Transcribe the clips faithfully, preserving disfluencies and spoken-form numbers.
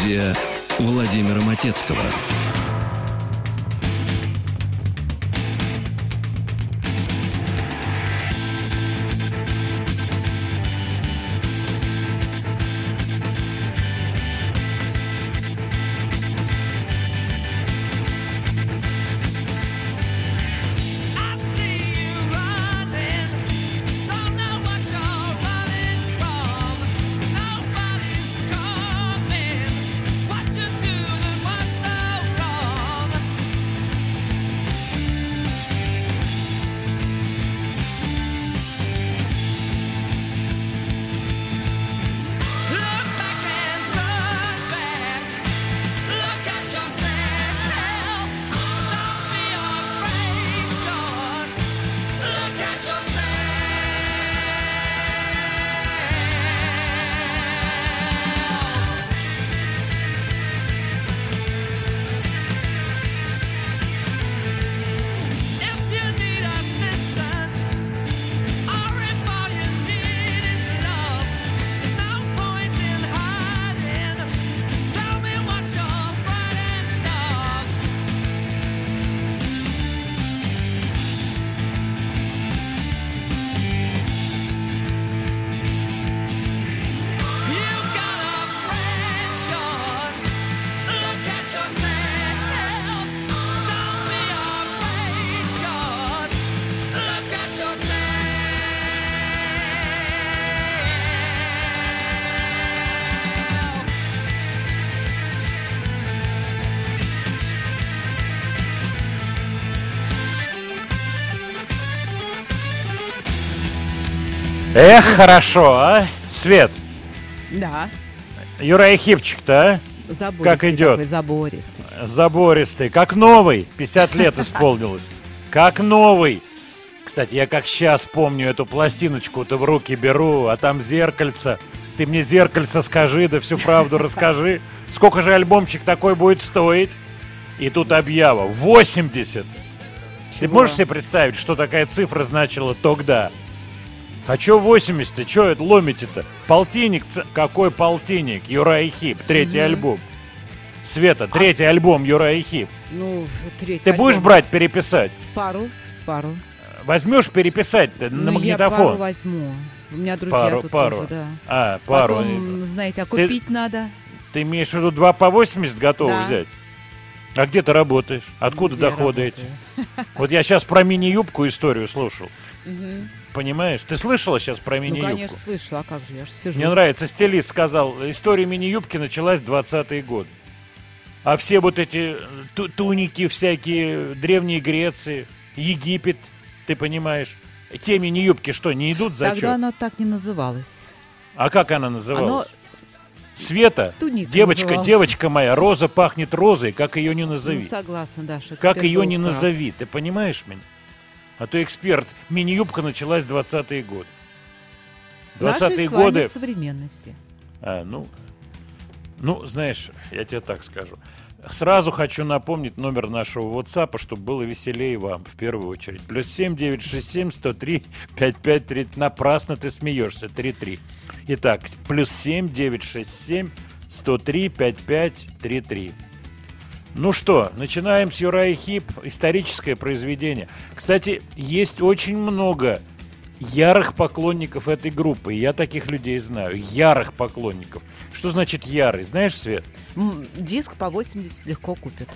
Студия Владимира Матецкого. Эх, хорошо, а? Свет. Да. Юрай Хипчик-то, а? Забористый как идет? Такой, забористый. Забористый. Как новый. пятьдесят лет исполнилось. Как новый. Кстати, я как сейчас помню эту пластиночку-то в руки беру, а там зеркальце. Ты мне зеркальце скажи, да всю правду расскажи. Сколько же альбомчик такой будет стоить? И тут объява. восемьдесят. Ты можешь себе представить, что такая цифра значила тогда? А чё восемьдесят? Чё это ломите-то? Полтинник? Ц... Какой полтинник? Юрай Хип, третий mm-hmm. альбом. Света, третий а... альбом Юрай Хип. Ну, третий Ты альбом. будешь брать, переписать? Пару, пару. Возьмешь переписать-то ну, на магнитофон? Я пару возьму. У меня друзья пару, тут пару. тоже, да. А, пару. Потом, знаете, а купить ты, надо. Ты имеешь в виду два по восемьдесят готов да. взять? А где ты работаешь? Откуда где доходы эти? Вот я сейчас про мини-юбку историю слушал. Угу. Понимаешь? Ты слышала сейчас про мини-юбку? Ну, конечно, слышала. А как же? Я же сижу. Мне нравится, стилист сказал, история мини-юбки началась в двадцатый год. А все вот эти ту- туники всякие, Древней Греции, Египет, ты понимаешь, те мини-юбки что, не идут за Тогда чё? она так не называлась. А как она называлась? Оно... Света, Туника девочка, называлась. девочка моя, роза пахнет розой, как ее не назови. Ну, согласна, Даша. Как ее не прав. назови, ты понимаешь меня? А то эксперт, мини-юбка началась в двадцатый год. двадцатые годы... Нашей с вами современности. А, ну, ну, знаешь, я тебе так скажу. Сразу хочу напомнить номер нашего WhatsApp, чтобы было веселее вам, в первую очередь. Плюс семь девятьсот шестьдесят семь сто три пятьдесят пять тридцать. Напрасно ты смеешься. три три. Итак, плюс семь девятьсот шестьдесят семь сто три пятьдесят пять тридцать три. Ну что, начинаем с Юрай Хип. Историческое произведение. Кстати, есть очень много ярых поклонников этой группы. Я таких людей знаю. Ярых поклонников. Что значит ярый? Знаешь, Свет? Диск по восемьдесят легко купят.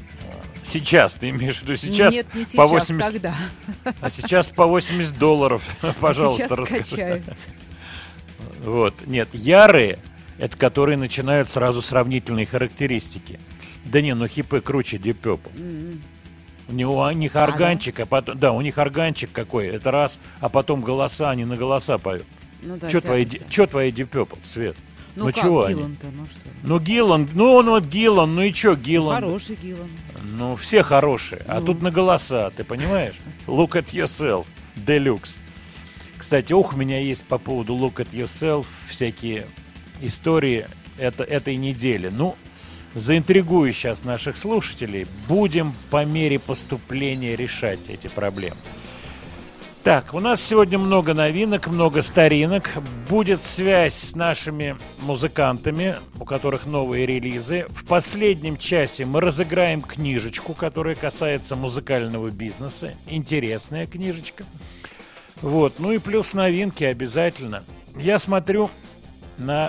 Сейчас, ты имеешь в виду сейчас? Нет, не сейчас, по восемьдесят... тогда. А сейчас по восемьдесят долларов. Пожалуйста, сейчас расскажи. скачают. Вот. Нет, ярые — это которые начинают сразу сравнительные характеристики. Да не, ну хипы круче Deep Purple. Mm-hmm. У, него, у них органчик, а, да? а потом, да, у них органчик какой, это раз, а потом голоса, они на голоса поют. Ну да, что твои, твои Deep Purple, Свет? Ну, ну как, чего Гиллан-то, они? ну что? Ну Гиллан, ну он вот Гиллан, ну и что Гиллан? Ну, хороший Гиллан. Ну все хорошие, ну. а тут на голоса, ты понимаешь? Look at yourself, Deluxe. Кстати, ух, у меня есть по поводу Look at yourself всякие истории это, этой недели. Ну, заинтригую сейчас наших слушателей. Будем по мере поступления решать эти проблемы. Так, у нас сегодня много новинок, много старинок. Будет связь с нашими музыкантами, у которых новые релизы. В последнем часе мы разыграем книжечку, которая касается музыкального бизнеса. Интересная книжечка. Вот, ну и плюс новинки обязательно. Я смотрю на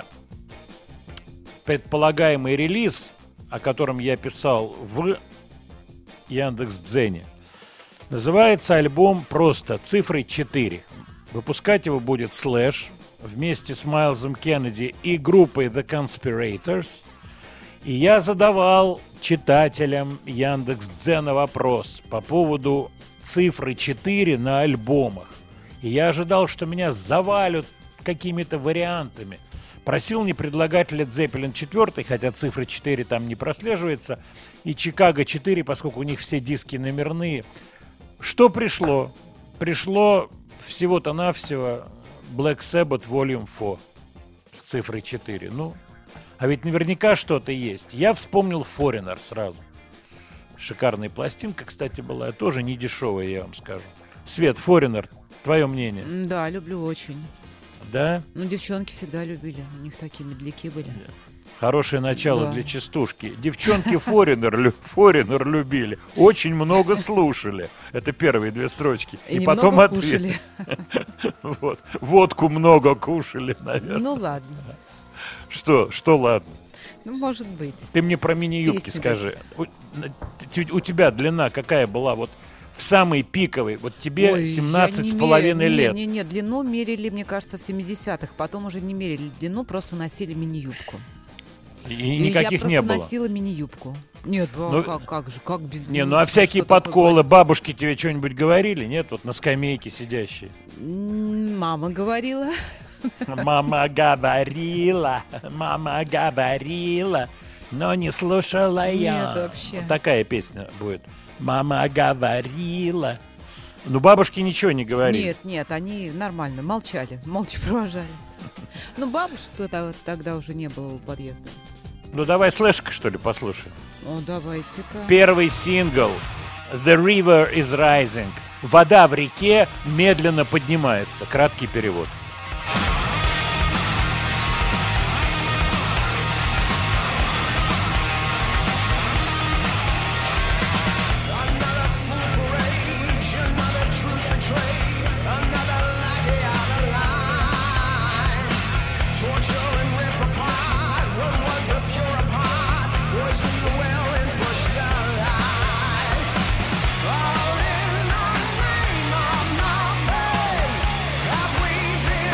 предполагаемый релиз, о котором я писал в Яндекс.Дзене. Называется альбом просто цифрой четыре. Выпускать его будет Slash вместе с Майлзом Кеннеди и группой The Conspirators. И я задавал читателям Яндекс.Дзена вопрос по поводу цифры четыре на альбомах. И я ожидал, что меня завалят какими-то вариантами. Просил не предлагать Led Zeppelin четыре, хотя цифра четыре там не прослеживается, и Chicago четыре, поскольку у них все диски номерные. Что пришло? Пришло всего-то навсего Black Sabbath Volume четыре с цифрой четыре. Ну, а ведь наверняка что-то есть. Я вспомнил Foreigner сразу. Шикарная пластинка, кстати, была. Тоже не дешевая, я вам скажу. Свет, Foreigner, твое мнение? Да, люблю очень. Да? Ну, девчонки всегда любили. У них такие медляки были. Хорошее начало Да. для частушки. Девчонки Foreigner, лю- Foreigner любили. Очень много слушали. Это первые две строчки. И, И потом немного ответ. кушали. Вот. Водку много кушали, наверное. Ну, ладно. Что? Что ладно? Ну, может быть. Ты мне про мини-юбки Песни, скажи. У, т- у тебя длина какая была вот в самый пиковый? Вот тебе Ой, семнадцать я с не половиной меряю. лет. Не, не, не, длину мерили, мне кажется, в семидесятых. Потом уже не мерили длину, просто носили мини-юбку. И И никаких я не просто было. носила мини-юбку. Нет, а Ну, как, как же, как без Не, мини-юбки? ну а всякие Что такое подколы, говорить? бабушки тебе что-нибудь говорили? Нет, вот на скамейке сидящие. М, Мама говорила. Мама говорила, мама говорила, но не слушала я. Нет, вообще. Вот такая песня будет. Мама говорила. Ну, бабушки ничего не говорили. Нет, нет, они нормально, молчали, молча провожали. Ну, бабушек тогда, тогда уже не было у подъезда. Ну, давай слэшка, что ли, послушаем. О, давайте-ка. Первый сингл «The River is Rising». Вода в реке медленно поднимается. Краткий перевод. Have we been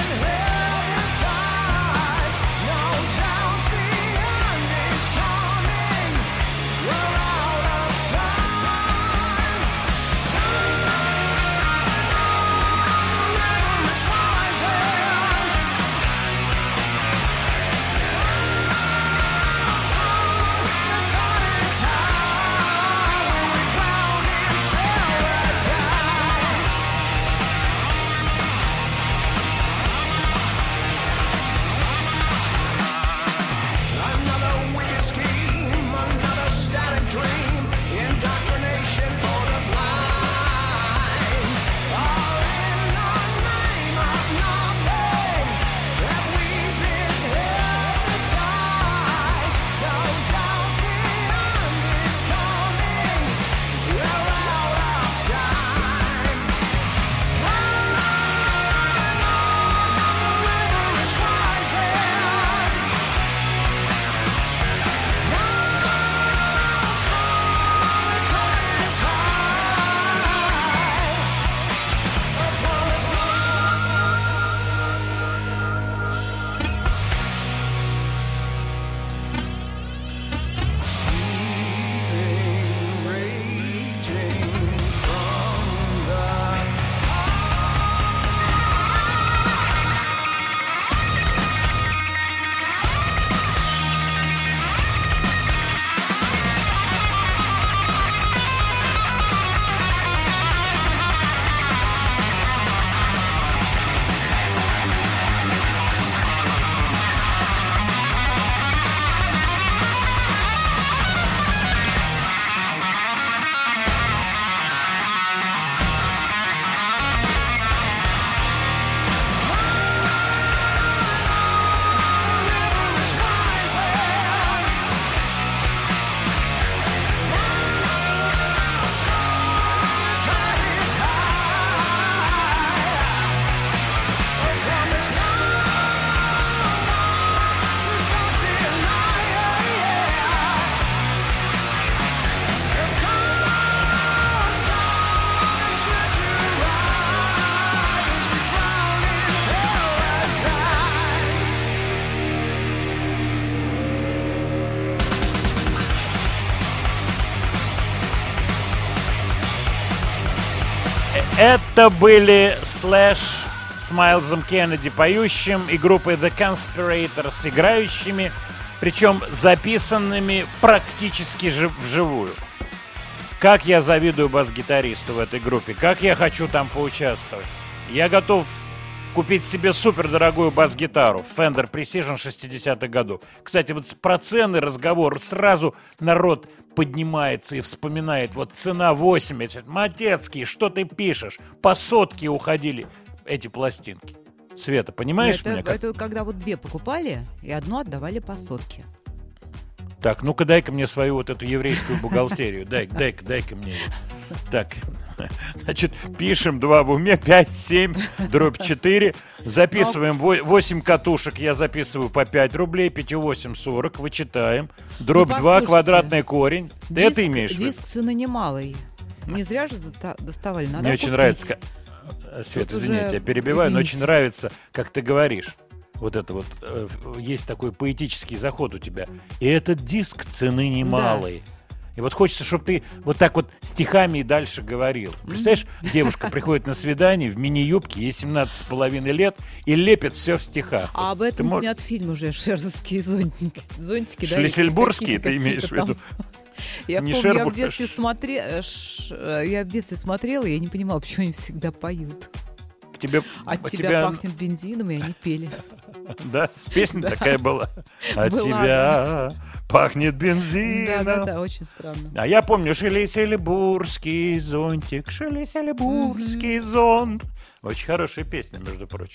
Это были Slash с Майлзом Кеннеди поющим и группой The Conspirators играющими, причем записанными практически жив- вживую. Как я завидую бас-гитаристу в этой группе, как я хочу там поучаствовать. Я готов купить себе супердорогую бас-гитару Fender Precision шестидесятых годов. Кстати, вот про цены разговор, сразу народ поднимается и вспоминает. Вот цена восемьдесят. Матецкий, что ты пишешь? По сотке уходили эти пластинки. Света, понимаешь это, меня? Как... Это когда вот две покупали и одну отдавали по сотке. Так, ну-ка дай-ка мне свою вот эту еврейскую бухгалтерию. Дай, дай-ка, дай-ка мне ее. Так, значит, пишем два в уме, пять, семь, дробь четыре. Записываем восемь катушек, я записываю по пять рублей, пять восемь сорок, вычитаем. Дробь ну, два, квадратный корень. Ты диск, это имеешь в виду? Диск цены немалый. Не зря же доставали, надо Мне купить. очень нравится, Свет, Тут извини, уже... я тебя перебиваю, Извините. но очень нравится, как ты говоришь. Вот это вот, э, есть такой поэтический заход у тебя. И этот диск цены немалой. Да. И вот хочется, чтобы ты вот так вот стихами и дальше говорил. Представляешь, девушка приходит на свидание в мини-юбке, ей семнадцать с половиной лет, и лепит все в стихах. А об этом ты снят мож... фильм уже, шерзовские зонтики. зонтики Шлиссельбургские, да, ты имеешь в виду? Я не помню, Шербург, я в детстве а смотрела, я в детстве смотрела, и я не понимала, почему они всегда поют. К тебе, От тебя, тебя пахнет бензином, и они пели. Да, песня такая была. От тебя пахнет бензином. Да, да, да, очень странно. А я помню Шлиссельбургский зонтик, Шлиссельбургский зонт. Очень хорошая песня, между прочим.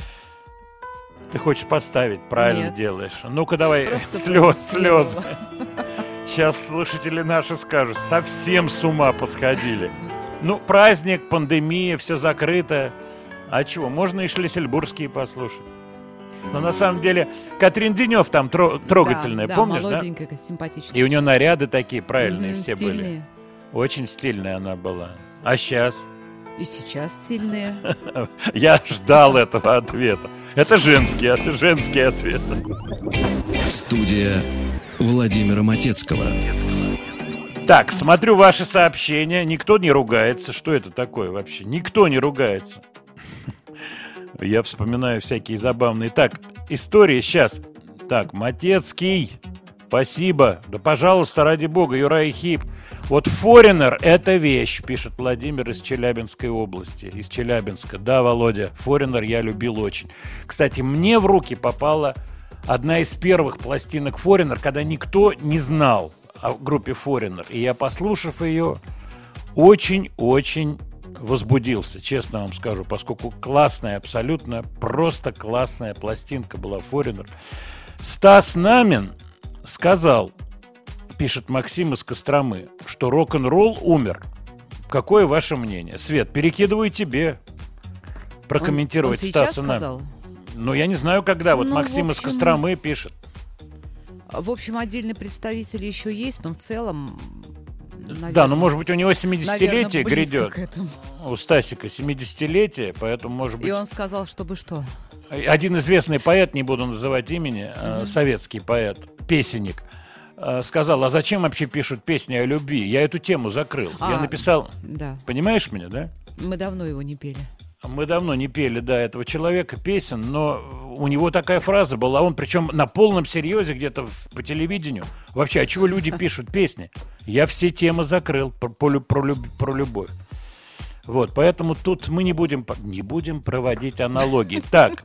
Ты хочешь поставить, правильно Нет. делаешь. Ну-ка давай, Просто слез, слезы. слезы. Сейчас слушатели наши скажут, совсем с ума посходили. Ну, праздник, пандемия, все закрыто. А чего, можно и шлиссельбургские послушать. Но на самом деле Катрин Денев там тро- трогательная, да, помнишь, да? да? Молоденькая, симпатичная. И у нее наряды такие правильные Мгм, все стильные. были. Очень стильная она была. А сейчас? И сейчас стильные. Я ждал этого ответа. Это женский, это женский ответ. Студия Владимира Матецкого. Так, смотрю ваши сообщения. Никто не ругается. Что это такое вообще? Никто не ругается. Я вспоминаю всякие забавные. Так, история сейчас. Так, Матецкий. Спасибо. Да, пожалуйста, ради бога, Юрай Хип. Вот Foreigner — это вещь, пишет Владимир из Челябинской области. Из Челябинска. Да, Володя, Foreigner я любил очень. Кстати, мне в руки попала одна из первых пластинок Foreigner, когда никто не знал о группе Foreigner. И я, послушав ее, очень-очень возбудился, честно вам скажу, поскольку классная, абсолютно просто классная пластинка была Foreigner. Стас Намин сказал, пишет Максим из Костромы, что рок-н-ролл умер. Какое ваше мнение? Свет, перекидываю тебе прокомментировать он, он сейчас Стаса Намина. сказал? Ну, я не знаю, когда. Вот Ну, Максим в из общем, Костромы пишет. В общем, отдельные представители еще есть, но в целом... Наверное, да, ну, может быть, у него семидесятилетие наверное, грядет. к этому. У Стасика семидесятилетие, поэтому, может быть... И он сказал, чтобы что? Один известный поэт, не буду называть имени, mm-hmm. э, советский поэт, песенник, э, сказал, а зачем вообще пишут песни о любви? Я эту тему закрыл. А, Я написал... Да. Понимаешь меня, да? Мы давно его не пели. Мы давно не пели, да, этого человека песен, но у него такая фраза была, он причем на полном серьезе где-то в, по телевидению. Вообще, а чего люди пишут песни? Я все темы закрыл про, про, про, люб, про любовь. Вот, поэтому тут мы не будем, не будем проводить аналогии. Так,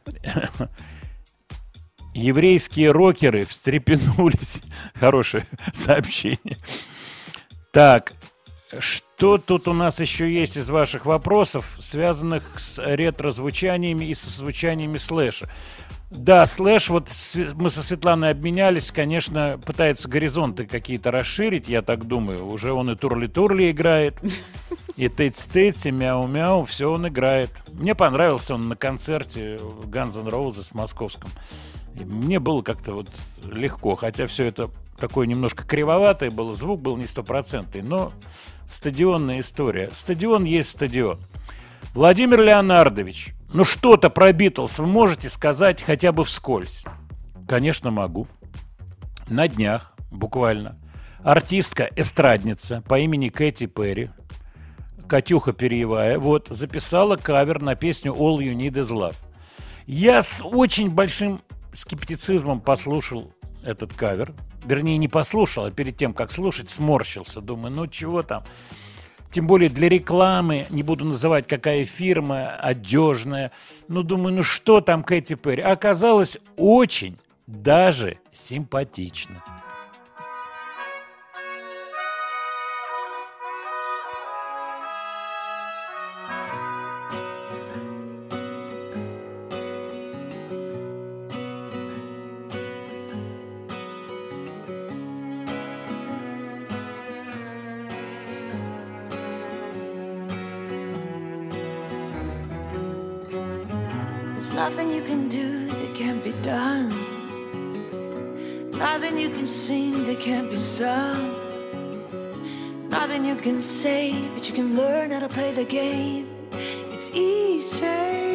еврейские рокеры встрепенулись. Хорошее сообщение. Так, что тут у нас еще есть из ваших вопросов, связанных с ретро-звучаниями и со звучаниями слэша? Да, слэш, вот мы со Светланой обменялись, конечно, пытается горизонты какие-то расширить, я так думаю. Уже он и Турли-Турли играет, и Тейт-Стейтс, и Мяу-Мяу, все он играет. Мне понравился он на концерте Guns N' Roses в московском. И мне было как-то вот легко, хотя все это такое немножко кривоватое было, звук был не стопроцентный, но стадионная история. Стадион есть стадион. Владимир Леонардович, ну что-то про Битлз вы можете сказать хотя бы вскользь? Конечно, могу. На днях, буквально, артистка-эстрадница по имени Кэти Перри, Катюха Перьевая, вот, записала кавер на песню All You Need Is Love. Я с очень большим скептицизмом послушал этот кавер. Вернее, не послушал, а перед тем, как слушать, сморщился. Думаю, ну чего там? Тем более для рекламы, не буду называть, какая фирма, одежная. Ну, думаю, ну что там Кэти Перри? А оказалось, очень даже симпатично. Nothing you can do that can't be done. Nothing you can sing that can't be sung. Nothing you can say, but you can learn how to play the game. It's easy.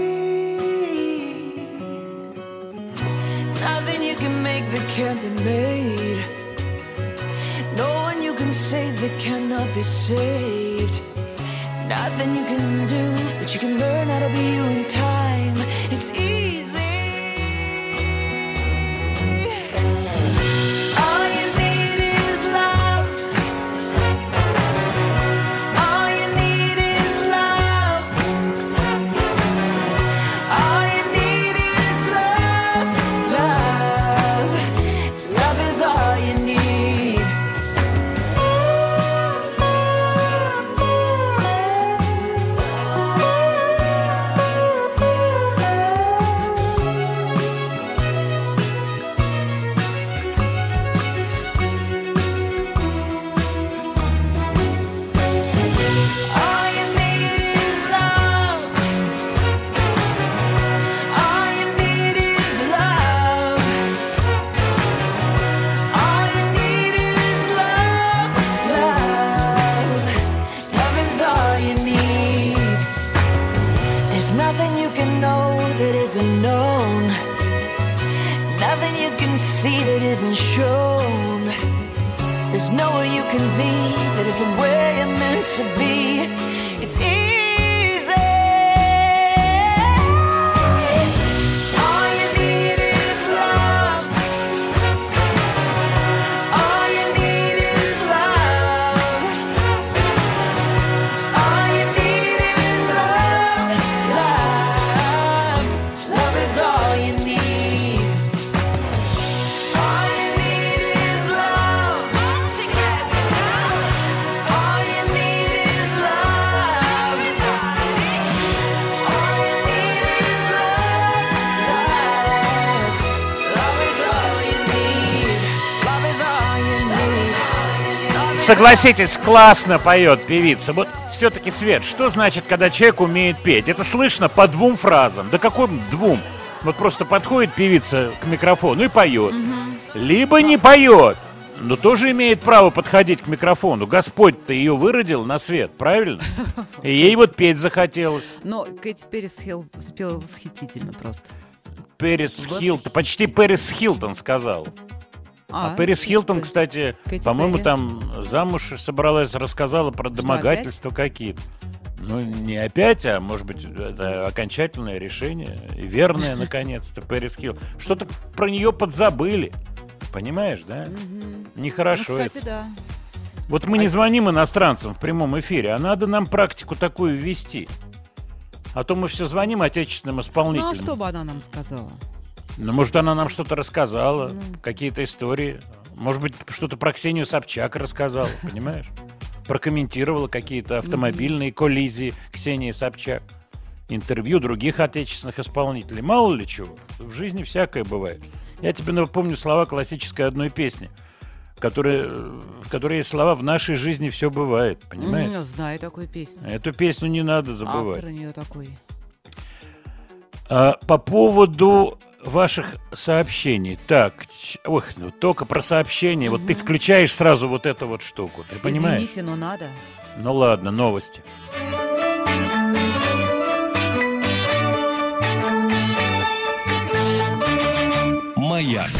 Nothing you can make that can't be made. No one you can save that cannot be saved. Nothing you can do, but you can learn how to be you in time. It's easy. All you need is love. All you need is love. All you need is love. Love. Love is all you need. See that isn't shown. There's nowhere you can be that isn't where you're meant to be. It's easy. All you need is love. All you need is love. All you need is love. Love. Love is all you need. Согласитесь, классно поет певица. Вот все-таки, Свет, что значит, когда человек умеет петь? Это слышно по двум фразам. Да каким двум? Вот просто подходит певица к микрофону и поет. Угу. Либо не поет, но тоже имеет право подходить к микрофону. Господь-то ее выродил на свет, правильно? И ей вот петь захотелось. Но Кэти Перри спела восхитительно просто. Пэрис Хилтон, почти Пэрис Хилтон сказал. А, а Пэрис Хилтон, кстати, Кэти по-моему, Перри. Там замуж собралась, рассказала про домогательства какие-то. Ну, не опять, а может быть, это окончательное решение. И верное, наконец-то, Пэрис Хилтон. Что-то про нее подзабыли. Понимаешь, да? Угу. Нехорошо. Ну, кстати, это. да. Вот мы а... не звоним иностранцам в прямом эфире, а надо нам практику такую ввести. А то мы все звоним отечественным исполнителям. Ну, а что бы она нам сказала? Ну, может, она нам что-то рассказала, ну. какие-то истории. Может быть, что-то про Ксению Собчак рассказала, понимаешь? Прокомментировала какие-то автомобильные коллизии Ксении Собчак. Интервью других отечественных исполнителей. Мало ли чего. В жизни всякое бывает. Я тебе напомню слова классической одной песни, которые, в которой есть слова «В нашей жизни все бывает». Понимаешь? Mm, знаю такую песню. Эту песню не надо забывать. Автор у нее такой. А, по поводу ваших сообщений. Так, ох, ну только про сообщения. Угу. Вот ты включаешь сразу вот эту вот штуку. Ты понимаешь? Извините, но надо. Ну ладно, новости. Маяк.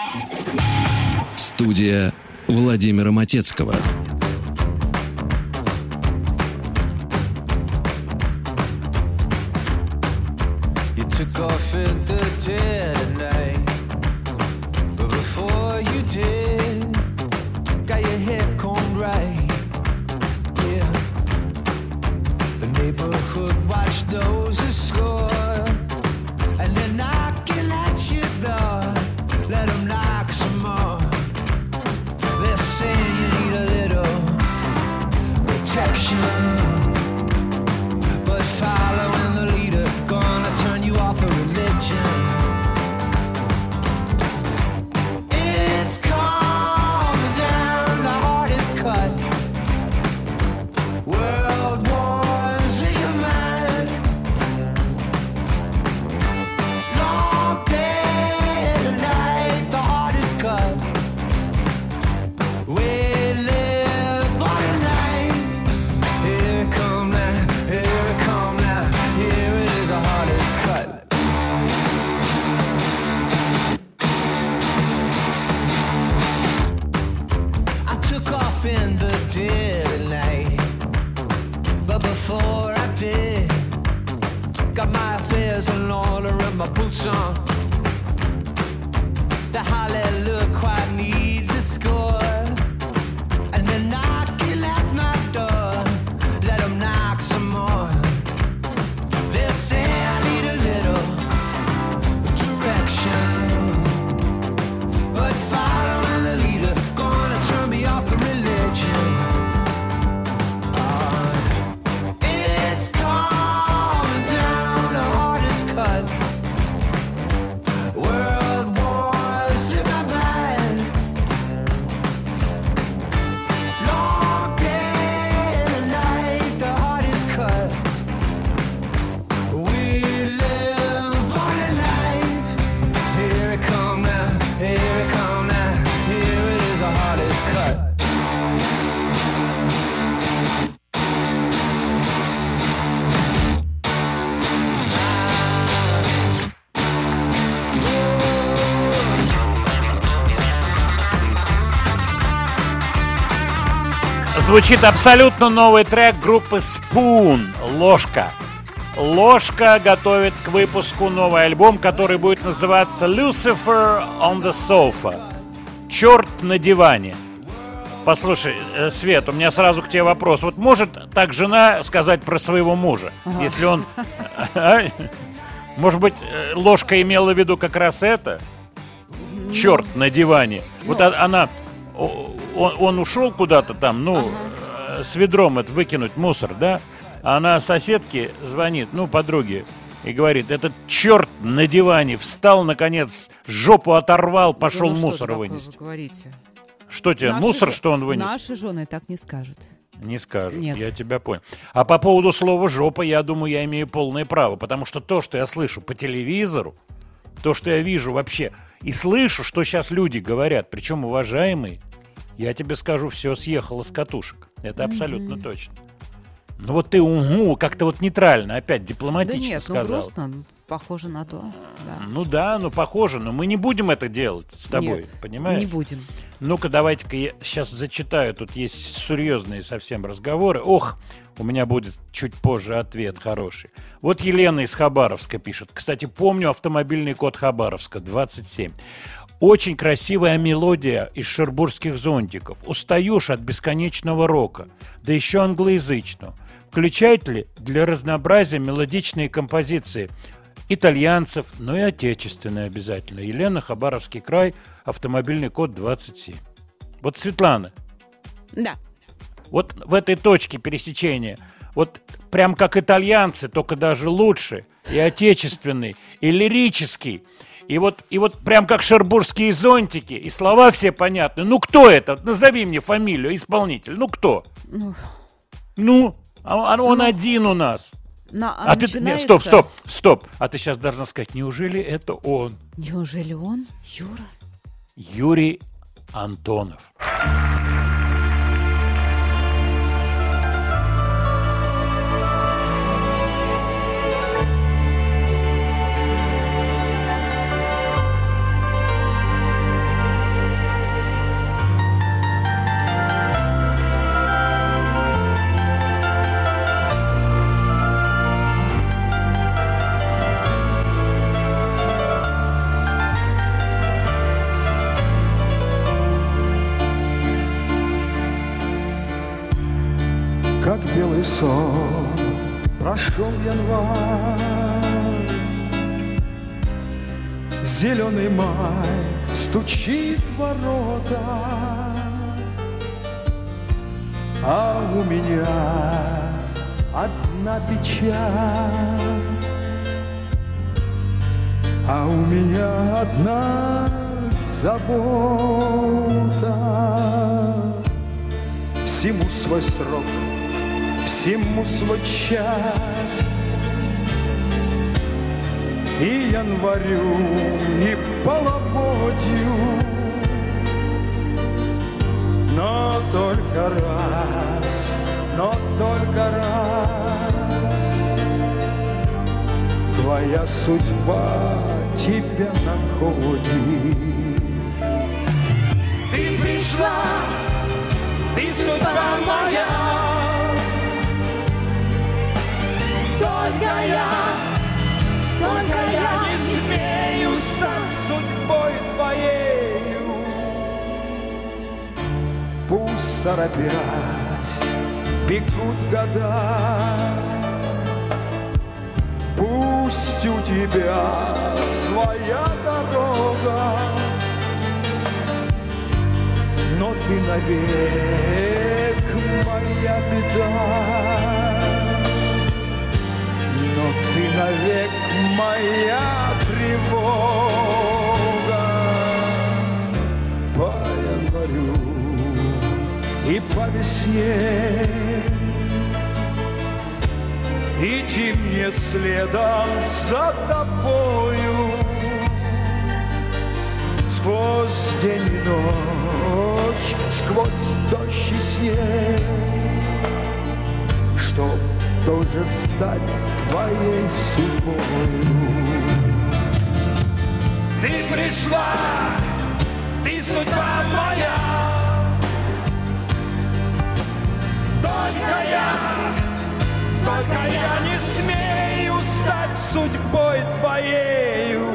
Студия Владимира Матецкого. took off in the dead of night. But before you did, got your hair combed right. Yeah. The neighborhood watch knows the score. And they're knocking at your door. Let them knock some more. They're saying you need a little protection. But following the leader gonna turn you off the religion. It's calming down, the heart is cut. World wars in your mind. Long day and night, the heart is cut. We live on a knife. Here it come now, here it come now. Here it is, the heart is cut. I took off in the dead of night. But before I did, got my affairs in order and my boots on. The hallelujah quite needs a score. And they're knocking at my door. Let them knock some more. They'll say I need a little direction. But following the leader gonna turn me off the religion. Uh, it's calming down, the heart is cut. World wars in my mind. Long day and night, the heart is cut. We live on a knife. Here it come now, here it come now. Here it is, the heart is cut. Звучит абсолютно новый трек группы Spoon «Ложка». «Ложка» готовит к выпуску новый альбом, который будет называться «Lucifer on the Sofa». «Черт на диване». Послушай, э, Свет, у меня сразу к тебе вопрос. Вот может так жена сказать про своего мужа, если он... а? Может быть, э, Ложка имела в виду как раз это? «Черт на диване». Вот а- она... о- Он, он ушел куда-то там, ну, э, с ведром это выкинуть мусор, да? А она соседке звонит, ну, подруге, и говорит: этот черт на диване встал, наконец, жопу оторвал, пошел Ну, что мусор такое вынести. вы говорите? Что тебе, Наши мусор, же- что он вынес? Наши жены так не скажут. Не скажут, Нет. я тебя понял. А по поводу слова «жопа», я думаю, я имею полное право, потому что то, что я слышу по телевизору, то, что я вижу вообще, и слышу, что сейчас люди говорят, причем уважаемые, я тебе скажу, все съехало с катушек. Это абсолютно точно. Ну вот ты угу, как-то вот нейтрально, опять Да дипломатично нет, ну сказал. грустно, похоже на то. Да. Ну да, ну похоже, но мы не будем это делать с тобой, Нет, понимаешь? не будем. Ну-ка, давайте-ка я сейчас зачитаю, тут есть серьезные совсем разговоры. Ох, у меня будет чуть позже ответ хороший. Вот Елена из Хабаровска пишет. Кстати, помню автомобильный код Хабаровска, двадцать семь. Очень красивая мелодия из шербургских зонтиков. Устаешь от бесконечного рока, да еще англоязычного. Включает ли для разнообразия мелодичные композиции итальянцев, но и отечественные обязательно? Елена, Хабаровский край, автомобильный код двадцать семь. Вот, Светлана, Да. вот в этой точке пересечения, вот прям как итальянцы, только даже лучше, и отечественный, и лирический, и вот, и вот прям как шербургские зонтики, и слова все понятны. Ну, кто это? Назови мне фамилию, исполнитель. Ну, кто? Ну, Ну, а, а он один у нас. на, А, а ты, нет, начинается- стоп, стоп, стоп. А ты сейчас должна сказать, неужели это он? Неужели он, Юра? Юрий Антонов. белый сон, прошел январь, зеленый май стучит в ворота, а у меня одна печаль, а у меня одна забота. Всему свой срок, всему свой час, и январю, и половодью. Но только раз, но только раз твоя судьба тебя находит. Ты пришла, ты судьба моя, только я, только я не смею стать судьбой твоею. Пусть торопясь бегут года, пусть у тебя своя дорога, но ты навек моя беда, но ты навек моя тревога. По январю и по весне иди мне следом за тобою, сквозь день и ночь, сквозь дождь и снег, чтоб тоже стать твоей судьбою. Ты пришла, ты судьба моя, только я, только я не смею стать судьбой твоею.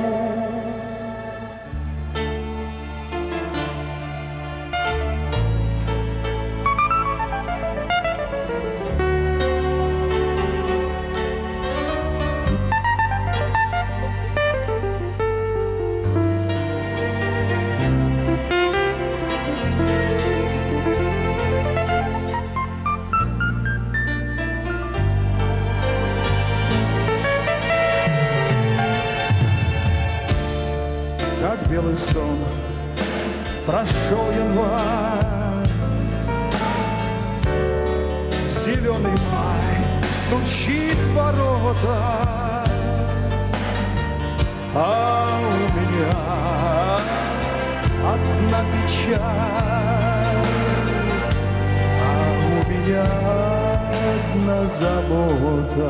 Белый сон, прошел январь, зеленый май стучит в ворота, а у меня одна печаль, а у меня одна забота.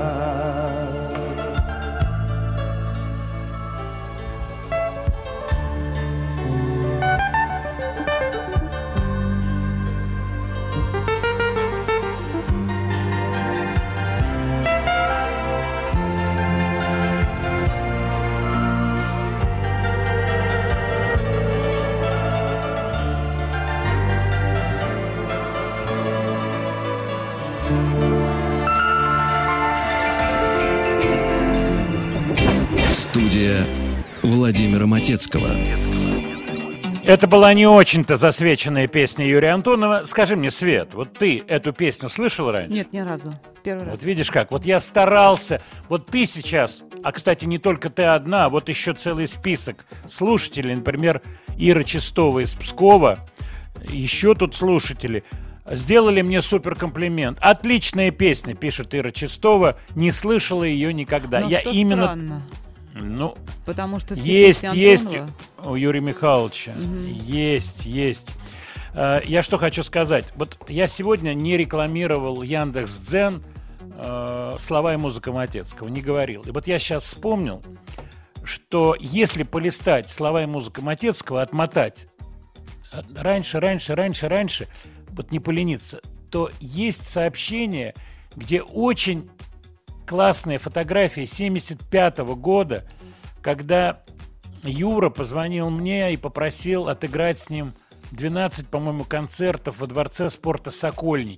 Студия Владимира Матецкого. Это была не очень-то засвеченная песня Юрия Антонова. Скажи мне, Свет, вот ты эту песню слышал раньше? Нет, ни разу. Первый раз. Вот видишь как, вот я старался, вот ты сейчас, а, кстати, не только ты одна, вот еще целый список слушателей, например, Ира Чистова из Пскова, еще тут слушатели, сделали мне супер комплимент. Отличная песня, пишет Ира Чистова, не слышала ее никогда. Но я что именно... странно. Ну, потому что все есть, песни есть Антонова... у Юрия Михайловича, угу. есть, есть. Я что хочу сказать. Вот я сегодня не рекламировал Яндекс.Дзен, слова и музыка Матецкого, не говорил. И вот я сейчас вспомнил, что если полистать слова и музыка Матецкого, отмотать раньше, раньше, раньше, раньше, вот не полениться, то есть сообщение, где очень классная фотография семьдесят пятого года, когда Юра позвонил мне и попросил отыграть с ним двенадцать, по-моему, концертов во Дворце спорта «Сокольники».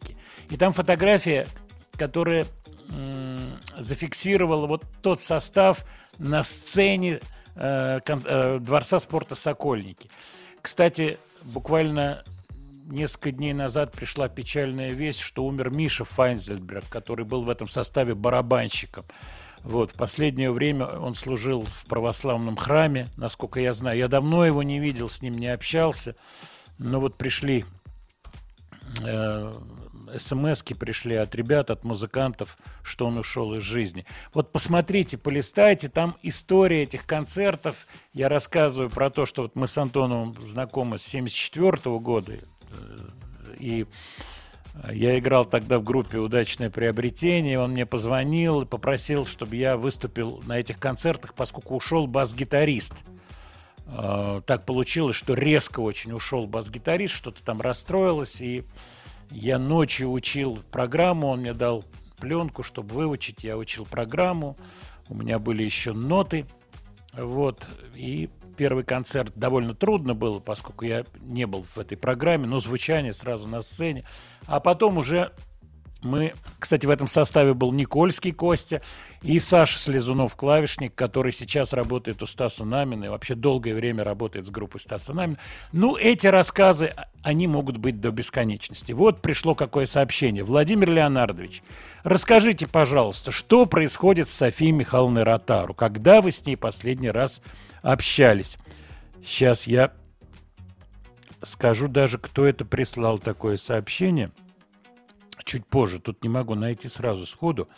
И там фотография, которая м- зафиксировала вот тот состав на сцене э, кон- э, Дворца спорта «Сокольники». Кстати, буквально несколько дней назад пришла печальная весть, что умер Миша Файнзельберг, который был в этом составе барабанщиком. Вот, в последнее время он служил в православном храме, насколько я знаю. Я давно его не видел, с ним не общался. Но вот пришли э, смс-ки пришли от ребят, от музыкантов, что он ушел из жизни. Вот посмотрите, полистайте, там история этих концертов. Я рассказываю про то, что вот мы с Антоновым знакомы с семьдесят четвёртого года. И я играл тогда в группе «Удачное приобретение». Он мне позвонил и попросил, чтобы я выступил на этих концертах, поскольку ушел бас-гитарист. Так получилось, что резко очень ушел бас-гитарист, что-то там расстроилось. И я ночью учил программу, он мне дал пленку, чтобы выучить. Я учил программу, у меня были еще ноты. Вот, и первый концерт довольно трудно было, поскольку я не был в этой программе, но звучание сразу на сцене. А потом уже мы, кстати, в этом составе был Никольский Костя и Саша Слезунов, клавишник, который сейчас работает у Стаса Намина и вообще долгое время работает с группой Стаса Намина. Ну, эти рассказы, они могут быть до бесконечности. Вот пришло какое сообщение. Владимир Леонардович, расскажите, пожалуйста, что происходит с Софией Михайловной Ротару? Когда вы с ней последний раз общались? Сейчас я скажу даже, кто это прислал такое сообщение. Чуть позже, тут не могу найти сразу сходу.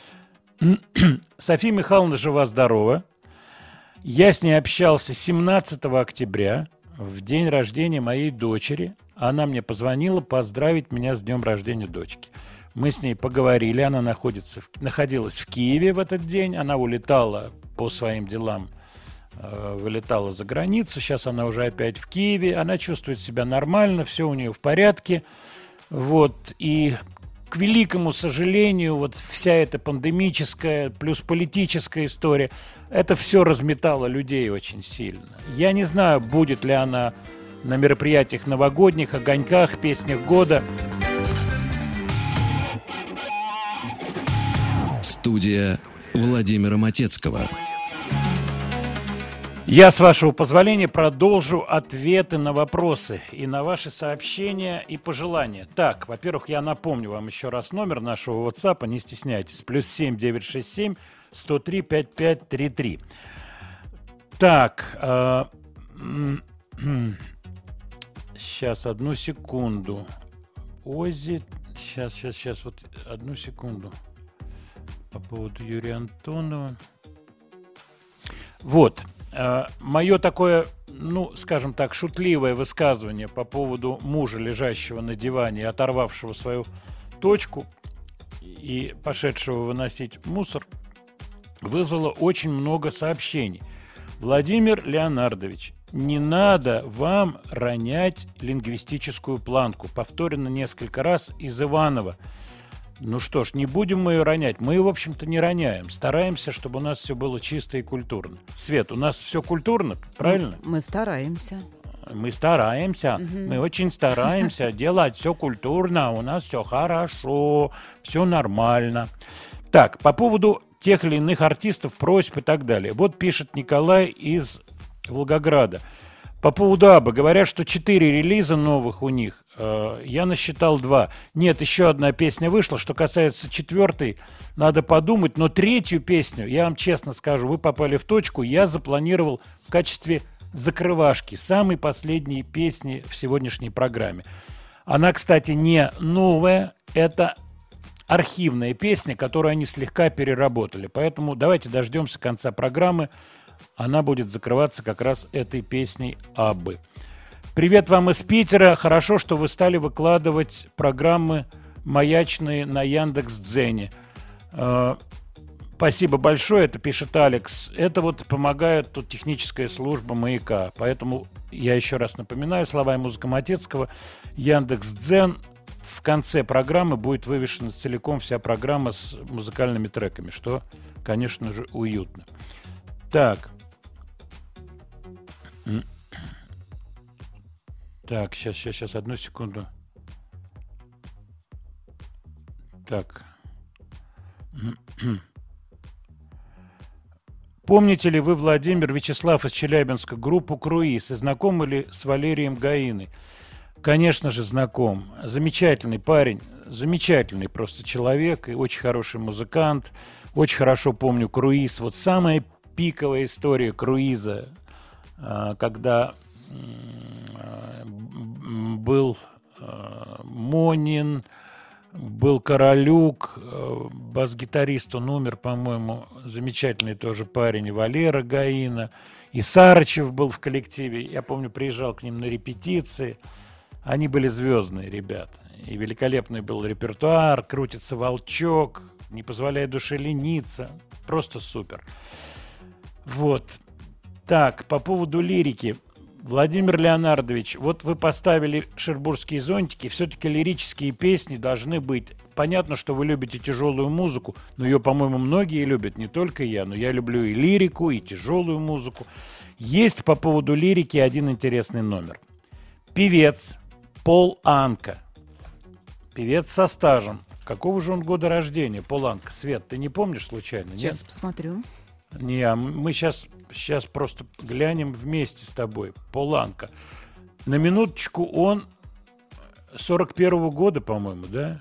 София Михайловна жива-здорова. Я с ней общался семнадцатого октября, в день рождения моей дочери. Она мне позвонила поздравить меня с днем рождения дочки. Мы с ней поговорили, она находится, находилась в Киеве в этот день, она улетала по своим делам, э, вылетала за границу, сейчас она уже опять в Киеве, она чувствует себя нормально, все у нее в порядке. Вот, и к великому сожалению, вот вся эта пандемическая плюс политическая история, это все разметало людей очень сильно. Я не знаю, будет ли она на мероприятиях новогодних, огоньках, песнях года. Студия Владимира Матецкого. Я, с вашего позволения, продолжу ответы на вопросы и на ваши сообщения и пожелания. Так, во-первых, я напомню вам еще раз номер нашего WhatsApp, не стесняйтесь, плюс семь девятьсот шестьдесят семь сто три пятьдесят пять тридцать три. Так, э, сейчас, одну секунду. Ози, сейчас, сейчас, сейчас, вот одну секунду. По поводу Юрия Антонова. Вот. Мое такое, ну, скажем так, шутливое высказывание по поводу мужа, лежащего на диване и оторвавшего свою точку и пошедшего выносить мусор, вызвало очень много сообщений. Владимир Леонардович, не надо вам ронять лингвистическую планку. Повторено несколько раз из Иванова. Ну что ж, не будем мы ее ронять. Мы ее, в общем-то, не роняем. Стараемся, чтобы у нас все было чисто и культурно. Свет, у нас все культурно, правильно? Мы стараемся. Мы стараемся. Угу. Мы очень стараемся делать все культурно. У нас все хорошо, все нормально. Так, по поводу тех или иных артистов, просьб и так далее. Вот пишет Николай из Волгограда. По поводу Аббы. Говорят, что четыре релиза новых у них. Э, я насчитал два. Нет, еще одна песня вышла. Что касается четвертой, надо подумать. Но третью песню, я вам честно скажу, вы попали в точку. Я запланировал в качестве закрывашки самой последней песни в сегодняшней программе. Она, кстати, не новая. Это архивная песня, которую они слегка переработали. Поэтому давайте дождемся конца программы. Она будет закрываться как раз этой песней Аббы. Привет вам из Питера. Хорошо, что вы стали выкладывать программы маячные на Яндекс.Дзене. Э, спасибо большое, это пишет Алекс. Это вот помогает тут техническая служба «Маяка». Поэтому я еще раз напоминаю слова и музыка Матецкого. Яндекс.Дзен. В конце программы будет вывешена целиком вся программа с музыкальными треками, что, конечно же, уютно. Так. Так, сейчас, сейчас, сейчас, одну секунду. Так. Помните ли вы, Владимир, Вячеслав из Челябинска, группу «Круиз» и знакомы ли с Валерием Гаиной? Конечно же, знаком. Замечательный парень, замечательный просто человек и очень хороший музыкант. Очень хорошо помню «Круиз». Вот самая пиковая история «Круиза», когда был Монин, был Королюк, бас-гитарист, он умер, по-моему, замечательный тоже парень, и Валера Гаина, и Сарычев был в коллективе. Я помню, приезжал к ним на репетиции. Они были звездные ребята. И великолепный был репертуар, крутится волчок, не позволяет душе лениться. Просто супер. Вот. Так, по поводу лирики. Владимир Леонардович, вот вы поставили «Шербургские зонтики». Все-таки лирические песни должны быть. Понятно, что вы любите тяжелую музыку, но ее, по-моему, многие любят, не только я. Но я люблю и лирику, и тяжелую музыку. Есть по поводу лирики один интересный номер. Певец Пол Анка. Певец со стажем. Какого же он года рождения, Пол Анка? Свет, ты не помнишь случайно? Сейчас нет? посмотрю. Не, а мы сейчас, сейчас просто глянем вместе с тобой. Пол Анка. На минуточку, он сорок первого года, по-моему, да?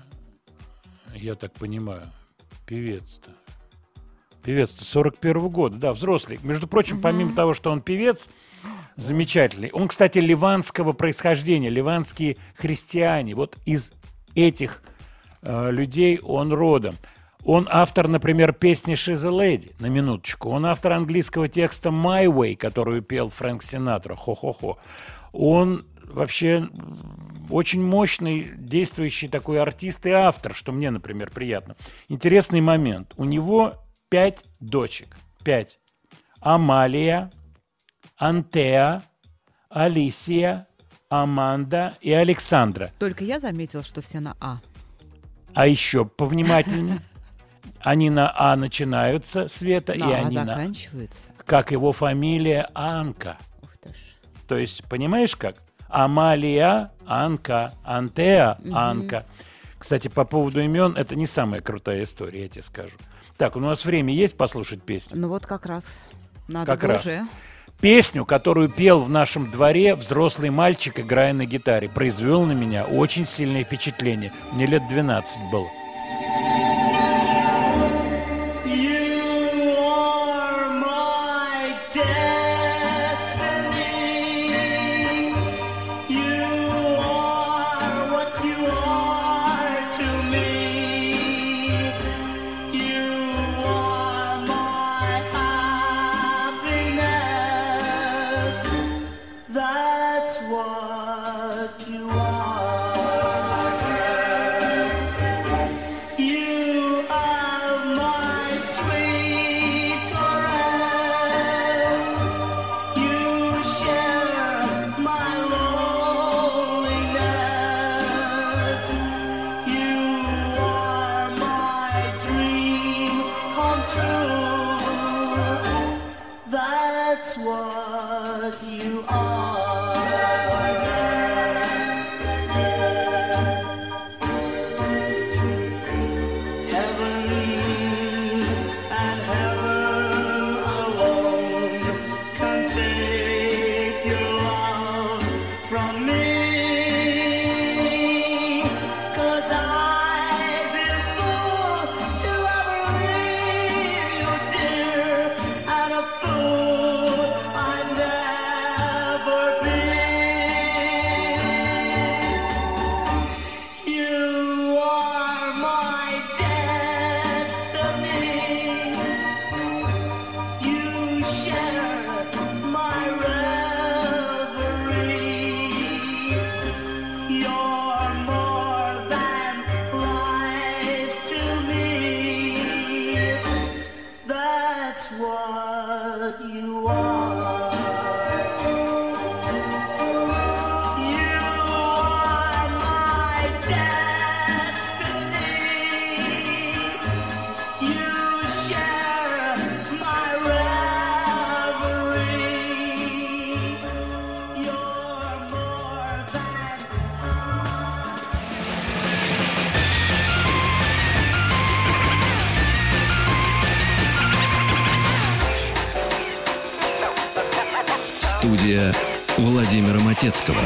Я так понимаю. Певец-то. Певец-то сорок первого года, да, взрослый. Между прочим, угу. Помимо того, что он певец, замечательный. Он, кстати, ливанского происхождения, ливанские христиане. Вот из этих э, людей он родом. Он автор, например, песни «She's a Lady», на минуточку. Он автор английского текста «My Way», которую пел Фрэнк Синатра, хо-хо-хо. Он вообще очень мощный, действующий такой артист и автор, что мне, например, приятно. Интересный момент. У него пять дочек. Пять. Амалия, Антеа, Алисия, Аманда и Александра. Только я заметил, что все на «А». А еще повнимательнее. Они на «А» начинаются, Света, на и «А» они заканчиваются. на... Как его фамилия Анка. Ух ты ж. То есть, понимаешь как? Амалия, Анка, Антеа, Угу. Анка. Кстати, по поводу имен, это не самая крутая история, я тебе скажу. Так, у нас время есть послушать песню? Ну вот как раз. Надо Как бы раз. уже. Песню, которую пел в нашем дворе взрослый мальчик, играя на гитаре, произвел на меня очень сильное впечатление. Мне лет двенадцать было. What you are. Студия Владимира Матецкого.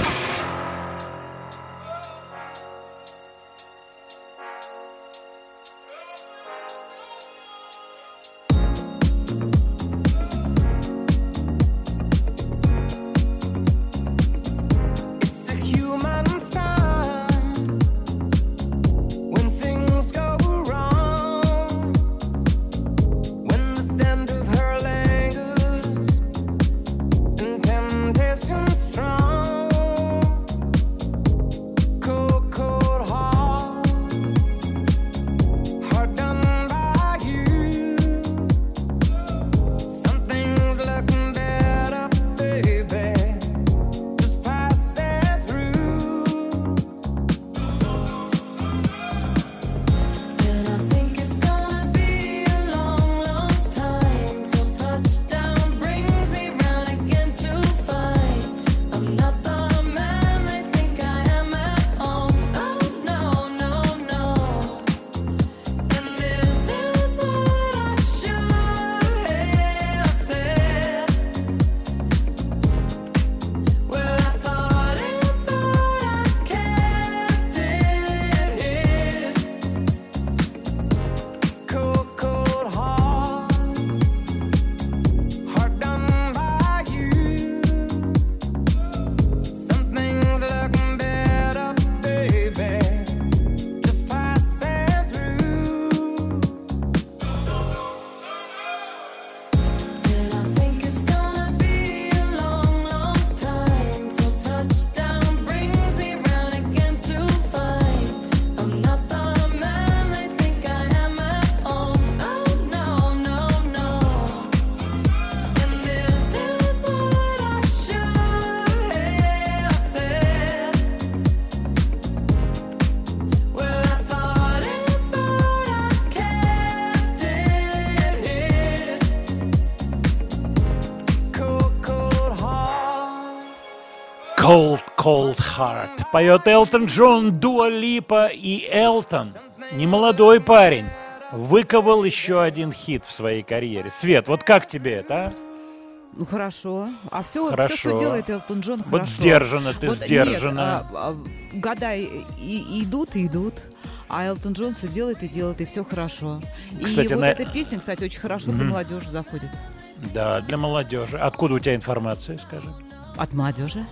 Cold, Cold Heart. Поет Элтон Джон, Дуа Липа и Элтон. Немолодой парень. Выковал еще один хит в своей карьере. Свет, вот как тебе это, а? Ну, хорошо. А все, Хорошо. все, что делает Элтон Джон, хорошо. Вот сдержанно, ты вот, сдержанно. Нет, а, а, года и, и, идут и идут, а Элтон Джон все делает и делает, и все хорошо. Кстати, и вот на... эта песня, кстати, очень хорошо mm-hmm. для молодежи заходит. Да, для молодежи. Откуда у тебя информация, скажи? От молодежи.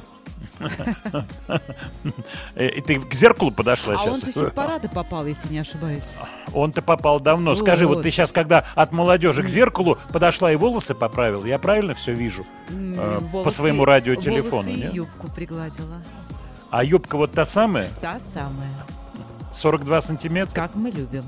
И ты к зеркалу подошла а сейчас? А он же в парады попал, если не ошибаюсь. Он-то попал давно. Скажи, вот. вот ты сейчас, когда от молодежи к зеркалу подошла и волосы поправил, я правильно все вижу? Э, волосы, по своему радиотелефону, волосы нет? И юбку пригладила. А юбка вот та самая? Та самая. сорок два сантиметра? Как мы любим.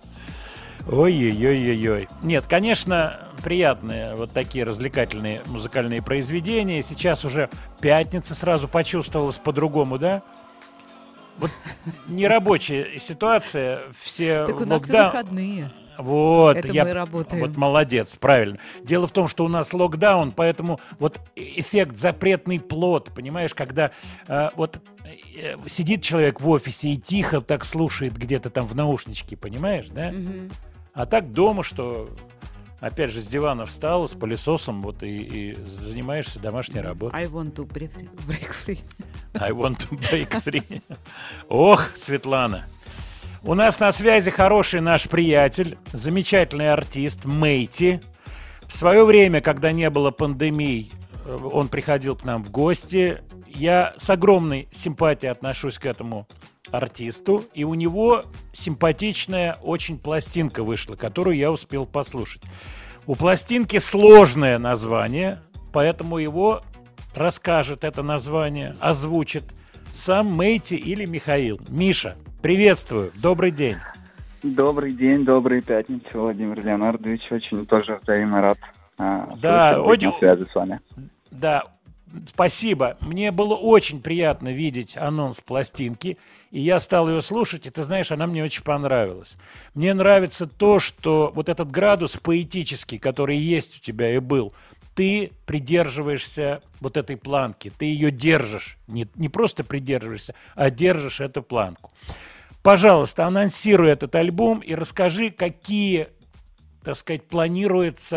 Ой-ой-ой-ой-ой. Нет, конечно, приятные вот такие развлекательные музыкальные произведения. Сейчас уже пятница сразу почувствовалась по-другому, да? Вот нерабочая ситуация, все так у нас локдаун... и выходные. Вот, это я... мы работаем. Вот молодец, правильно. Дело в том, что у нас локдаун, поэтому вот эффект запретный плод, понимаешь, когда э, вот э, сидит человек в офисе и тихо так слушает где-то там в наушничке, понимаешь, да? Угу. А так дома, что опять же с дивана встал, с пылесосом, вот и, и занимаешься домашней работой. I want to break free. I want to break free. Ох, Светлана. У нас на связи хороший наш приятель, замечательный артист Мэйти. В свое время, когда не было пандемии, он приходил к нам в гости. Я с огромной симпатией отношусь к этому артисту, и у него симпатичная очень пластинка вышла, которую я успел послушать. У пластинки сложное название, поэтому его расскажет это название, озвучит сам Мэйти или Михаил. Миша, приветствую, добрый день. Добрый день, добрая пятница, Владимир Леонардович, очень тоже взаимно рад а, да, быть на связи с вами. Да, спасибо. Мне было очень приятно видеть анонс пластинки, и я стал ее слушать, и ты знаешь, она мне очень понравилась. Мне нравится то, что вот этот градус поэтический, который есть у тебя и был, ты придерживаешься вот этой планки, ты ее держишь, не, не просто придерживаешься, а держишь эту планку. Пожалуйста, анонсируй этот альбом и расскажи, какие, так сказать, планируется в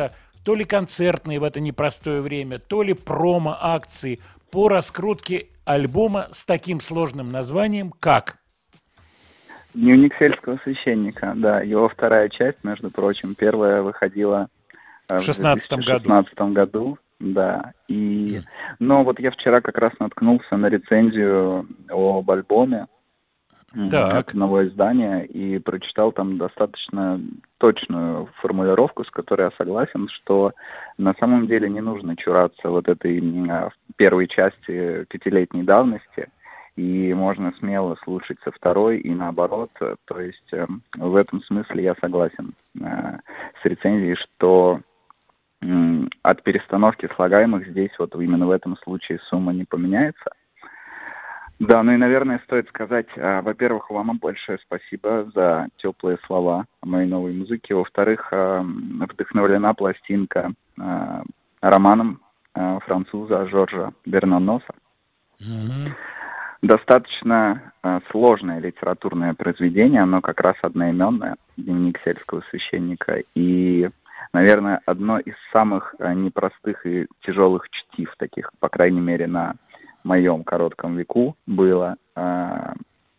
то ли концертные в это непростое время, то ли промо-акции по раскрутке альбома с таким сложным названием, как? «Дневник сельского священника», да, его вторая часть, между прочим, первая выходила э, в шестнадцатом две тысячи шестнадцатом году, да, и, но вот я вчера как раз наткнулся на рецензию об альбоме Так. от одного издания и прочитал там достаточно точную формулировку, с которой я согласен, что на самом деле не нужно чураться вот этой э, первой части пятилетней давности, и можно смело слушать со второй и наоборот. То есть э, в этом смысле я согласен э, с рецензией, что э, от перестановки слагаемых здесь вот именно в этом случае сумма не поменяется. Да, ну и, наверное, стоит сказать, э, во-первых, вам большое спасибо за теплые слова о моей новой музыке. Во-вторых, э, вдохновлена пластинка э, романом э, француза Жоржа Бернаноса. Mm-hmm. Достаточно э, сложное литературное произведение, оно как раз одноименное, «Дневник сельского священника», и, наверное, одно из самых э, непростых и тяжелых чтив, таких, по крайней мере, на моем коротком веку было. Э,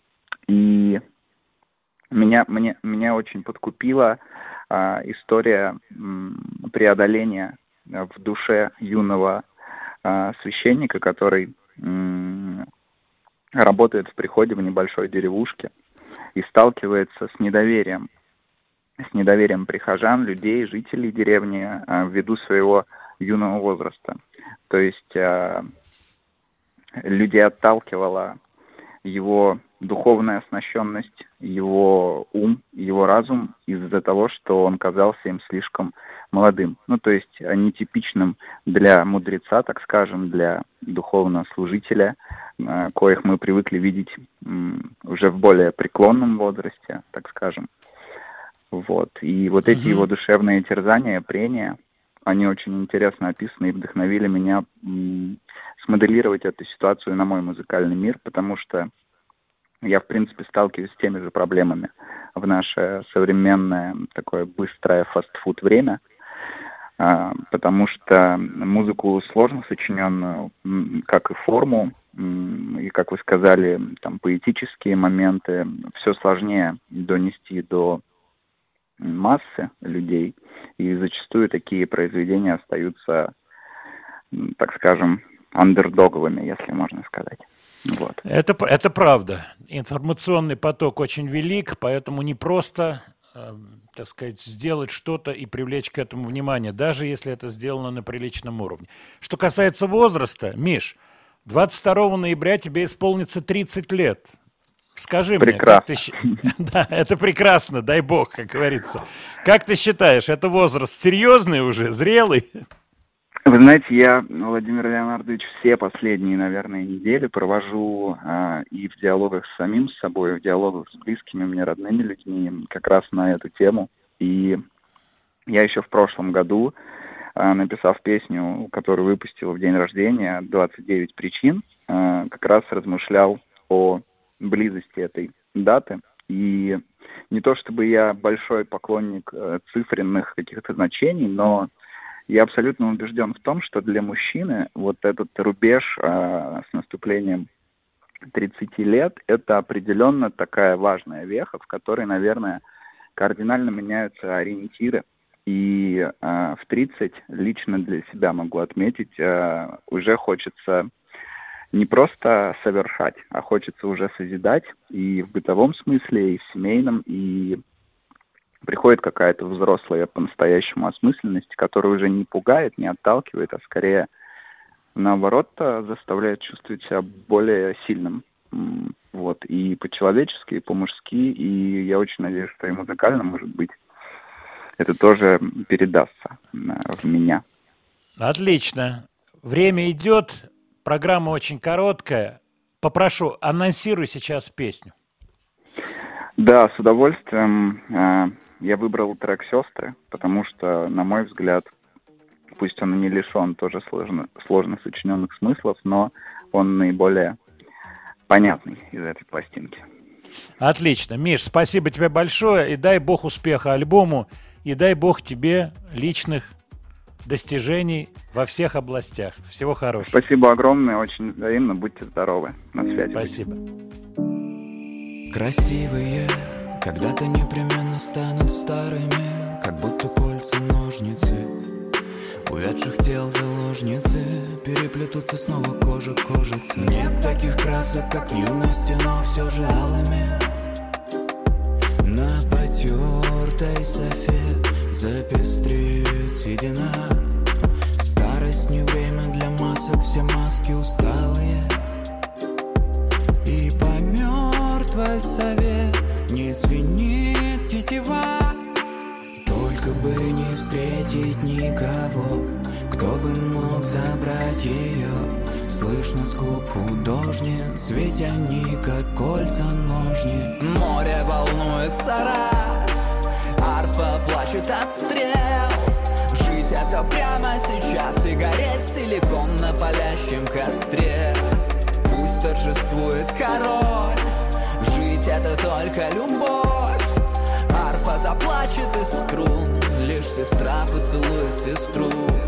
и меня, мне, меня очень подкупила э, история э, преодоления в душе юного э, священника, который э, работает в приходе в небольшой деревушке и сталкивается с недоверием, с недоверием прихожан, людей, жителей деревни а, ввиду своего юного возраста. То есть а, людей отталкивала его духовная оснащенность, его ум, его разум из-за того, что он казался им слишком молодым. Ну, то есть нетипичным для мудреца, так скажем, для духовного служителя, коих мы привыкли видеть уже в более преклонном возрасте, так скажем. Вот. И вот эти mm-hmm. его душевные терзания, прения, они очень интересно описаны и вдохновили меня смоделировать эту ситуацию на мой музыкальный мир, потому что я, в принципе, сталкиваюсь с теми же проблемами в наше современное такое быстрое фастфуд время, потому что музыку сложно сочиненную, как и форму, и, как вы сказали, там поэтические моменты, все сложнее донести до массы людей, и зачастую такие произведения остаются, так скажем, андердоговыми, если можно сказать. Вот. Это, это правда. Информационный поток очень велик, поэтому не просто, э, так сказать, сделать что-то и привлечь к этому внимание, даже если это сделано на приличном уровне. Что касается возраста, Миш, двадцать второго ноября тебе исполнится тридцать лет. Скажи прекрасно. мне, как ты... Да, это прекрасно, дай бог, как говорится. Как ты считаешь, это возраст серьезный уже, зрелый? Вы знаете, я, Владимир Леонардович, все последние, наверное, недели провожу э, и в диалогах с самим собой, и в диалогах с близкими мне родными людьми как раз на эту тему. И я еще в прошлом году, э, написав песню, которую выпустил в день рождения, «двадцать девять причин», э, как раз размышлял о близости этой даты. И не то чтобы я большой поклонник э, цифренных каких-то значений, но я абсолютно убежден в том, что для мужчины вот этот рубеж э, с наступлением тридцати лет – это определенно такая важная веха, в которой, наверное, кардинально меняются ориентиры. И э, в тридцать лично для себя могу отметить, э, уже хочется не просто совершать, а хочется уже созидать и в бытовом смысле, и в семейном, и приходит какая-то взрослая по-настоящему осмысленность, которая уже не пугает, не отталкивает, а скорее, наоборот, заставляет чувствовать себя более сильным. Вот. И по-человечески, и по-мужски, и я очень надеюсь, что и музыкально, может быть, это тоже передастся в меня. Отлично. Время идет, программа очень короткая. Попрошу, анонсируй сейчас песню. Да, с удовольствием. Я выбрал трек «Сестры», потому что, на мой взгляд, пусть он и не лишен тоже сложно, сложно сочиненных смыслов, но он наиболее понятный из этой пластинки. Отлично. Миш, спасибо тебе большое, и дай бог успеха альбому, и дай бог тебе личных достижений во всех областях. Всего хорошего. Спасибо огромное, очень взаимно. Будьте здоровы. На связи. Спасибо. Красивые когда-то непременно станут старыми, как будто кольца ножницы. Увядших тел заложницы переплетутся снова кожа к кожице. Нет таких красок, как в юности, но все же алыми. На потертой софе запестрит седина. Старость не время для масок, все маски усталые. И по мертвой сове не звенит тетива. Только бы не встретить никого, кто бы мог забрать ее. Слышно скуп художниц, ведь они как кольца ножниц. Море волнуется раз, арфа плачет от стрел. Жить это прямо сейчас и гореть целиком на палящем костре. Пусть торжествует король, жить это только любовь. Арфа заплачет из струн, лишь сестра поцелует сестру.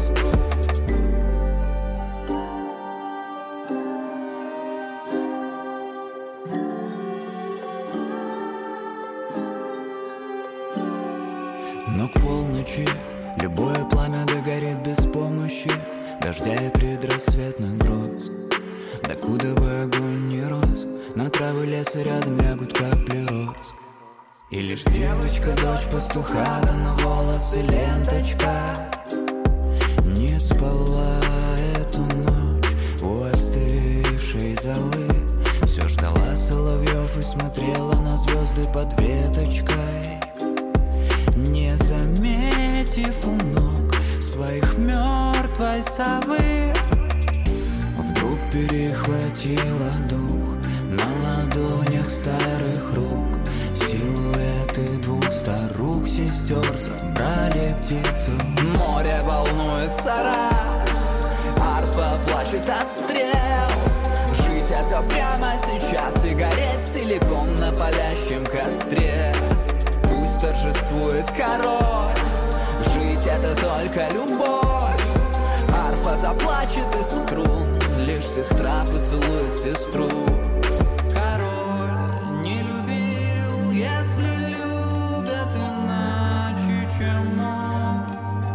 Но к полночи любое пламя догорит без помощи дождя и предрассветных гроз. Докуда бы огонь не рос, на травы леса рядом лягут капли роз. И лишь девочка, дочь пастуха, да на волосы ленточка. Не спала эту ночь у остывшей золы. Все ждала соловьев и смотрела на звезды под веточкой. Не заметив у ног своих мертвой совы, вдруг перехватила дух на ладонях старых рук. Силуэты двух старух сестер забрали птицу. Море волнуется раз, арфа плачет от стрел. Жить это прямо сейчас и гореть целиком на палящем костре. Пусть торжествует король, жить это только любовь. Арфа заплачет из струн, лишь сестра поцелует сестру. Король не любил, если любят иначе, чем он.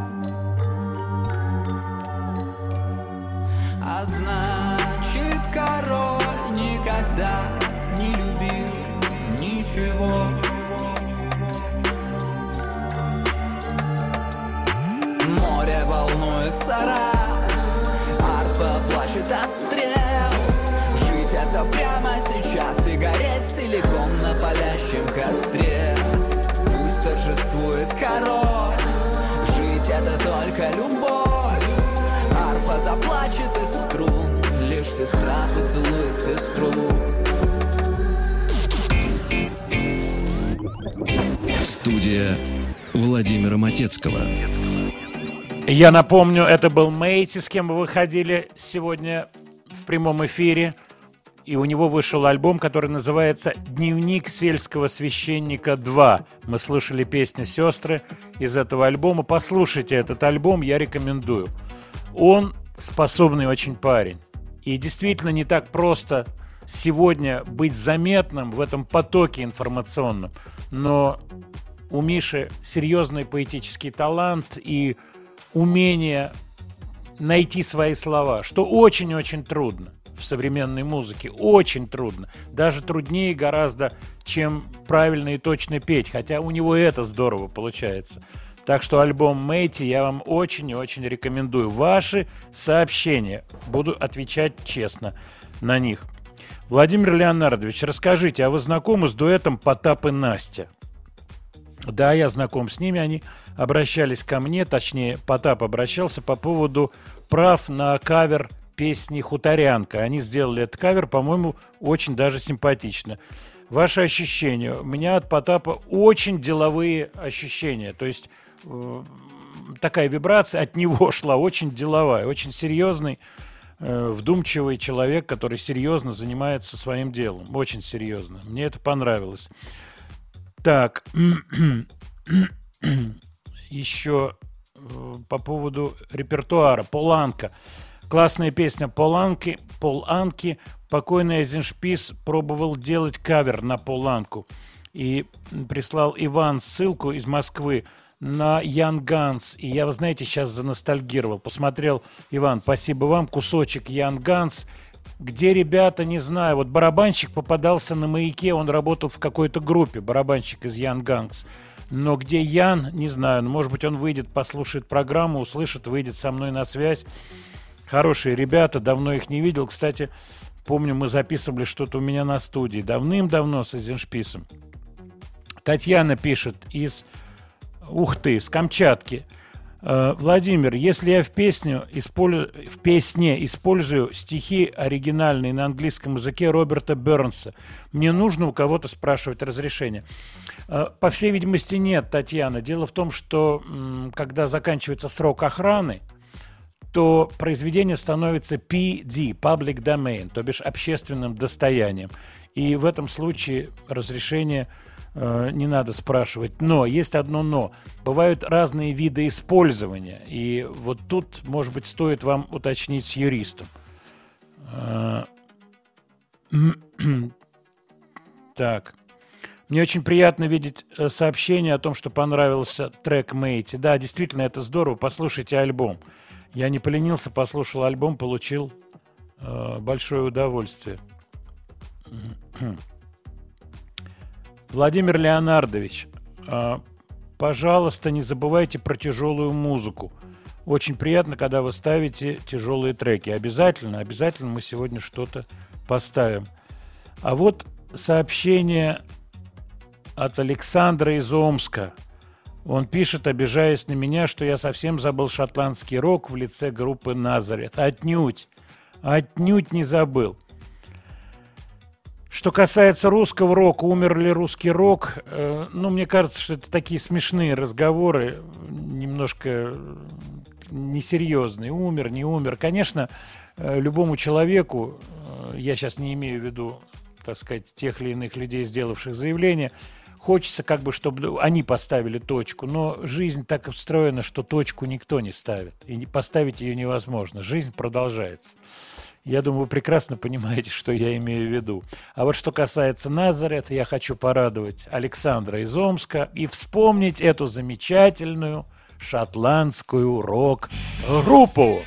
А значит, король никогда не любил ничего. Море волнуется раз, арфа плачет от стрел. Жить это прямо сейчас и гореть целиком на палящем костре. Пусть торжествует король, жить это только любовь. Арфа заплачет из струн, лишь сестра поцелует сестру. Студия Владимира Матецкого. Я напомню, это был Мэйти, с кем вы выходили сегодня в прямом эфире. И у него вышел альбом, который называется «Дневник сельского священника два». Мы слышали песню «Сестры» из этого альбома. Послушайте этот альбом, я рекомендую. Он способный очень парень. И действительно не так просто сегодня быть заметным в этом потоке информационном. Но у Миши серьезный поэтический талант и умение найти свои слова, что очень-очень трудно в современной музыке. Очень трудно. Даже труднее гораздо, чем правильно и точно петь. Хотя у него это здорово получается. Так что альбом Мэйти я вам очень и очень рекомендую. Ваши сообщения. Буду отвечать честно на них. Владимир Леонардович, расскажите, а вы знакомы с дуэтом Потап и Настя? Да, я знаком с ними. Они обращались ко мне, точнее, Потап обращался по поводу прав на кавер песни «Хуторянка». Они сделали этот кавер, по-моему, очень даже симпатично. Ваши ощущения? У меня от Потапа очень деловые ощущения. То есть э, такая вибрация от него шла очень деловая, очень серьезный, э, вдумчивый человек, который серьезно занимается своим делом. Очень серьезно. Мне это понравилось. Так, еще по поводу репертуара. Поланка. Классная песня Поланки. Поланки. Покойный Эйзеншпис пробовал делать кавер на Поланку. И прислал Иван ссылку из Москвы на Ян Ганс. И я, вы знаете, сейчас заностальгировал. Посмотрел, Иван, спасибо вам, кусочек Ян Ганс. Где ребята, не знаю. Вот барабанщик попадался на «Маяке», он работал в какой-то группе, барабанщик из Ян Ганс. Но где Ян, не знаю. Ну, может быть, он выйдет, послушает программу, услышит, выйдет со мной на связь. Хорошие ребята, давно их не видел. Кстати, помню, мы записывали что-то у меня на студии давным-давно с Эйзеншписом. Татьяна пишет из Ухты, с Камчатки. Владимир, если я в, песню, исполь... в песне использую стихи оригинальные на английском языке Роберта Бернса, мне нужно у кого-то спрашивать разрешение? По всей видимости, нет, Татьяна. Дело в том, что когда заканчивается срок охраны, то произведение становится пи ди, Public Domain, то бишь общественным достоянием. И в этом случае разрешение э, не надо спрашивать. Но есть одно но. Бывают разные виды использования. И вот тут, может быть, стоит вам уточнить с юристом. Так. Мне очень приятно видеть сообщение о том, что понравился трек Мэйти. Да, действительно, это здорово. Послушайте альбом. Я не поленился, послушал альбом, получил э, большое удовольствие. Владимир Леонардович, э, пожалуйста, не забывайте про тяжелую музыку. Очень приятно, когда вы ставите тяжелые треки. Обязательно, обязательно мы сегодня что-то поставим. А вот сообщение от Александра из Омска. Он пишет, обижаясь на меня, что я совсем забыл шотландский рок в лице группы Назарет. Отнюдь, отнюдь не забыл. Что касается русского рока, умер ли русский рок, э, ну, мне кажется, что это такие смешные разговоры, немножко несерьезные. Умер, не умер. Конечно, э, любому человеку, э, я сейчас не имею в виду, так сказать, тех или иных людей, сделавших заявление, хочется, как бы, чтобы они поставили точку, но жизнь так устроена, что точку никто не ставит, и поставить ее невозможно. Жизнь продолжается. Я думаю, вы прекрасно понимаете, что я имею в виду. А вот что касается Назарет, я хочу порадовать Александра из Омска и вспомнить эту замечательную шотландскую рок-группу.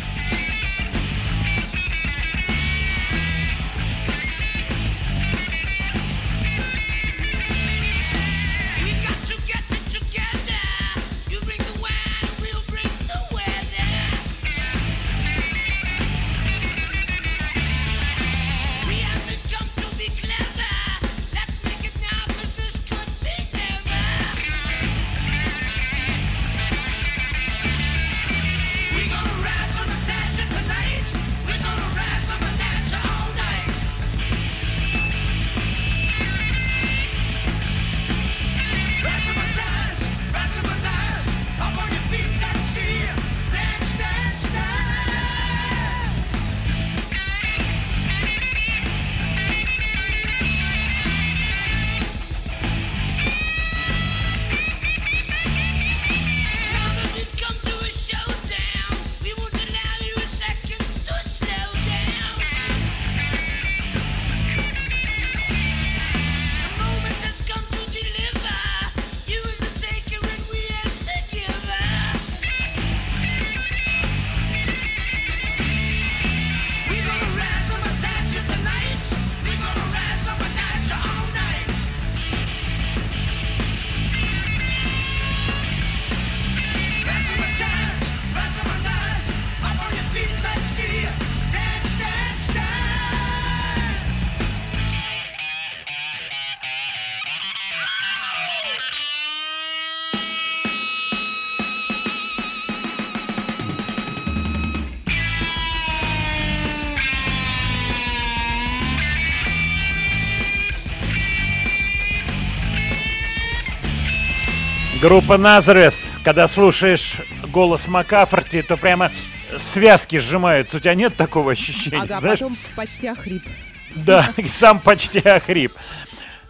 Группа Назарет. Когда слушаешь голос Маккаферти, то прямо связки сжимаются. У тебя нет такого ощущения? Ага, знаешь? Потом почти охрип. Да, и сам почти охрип.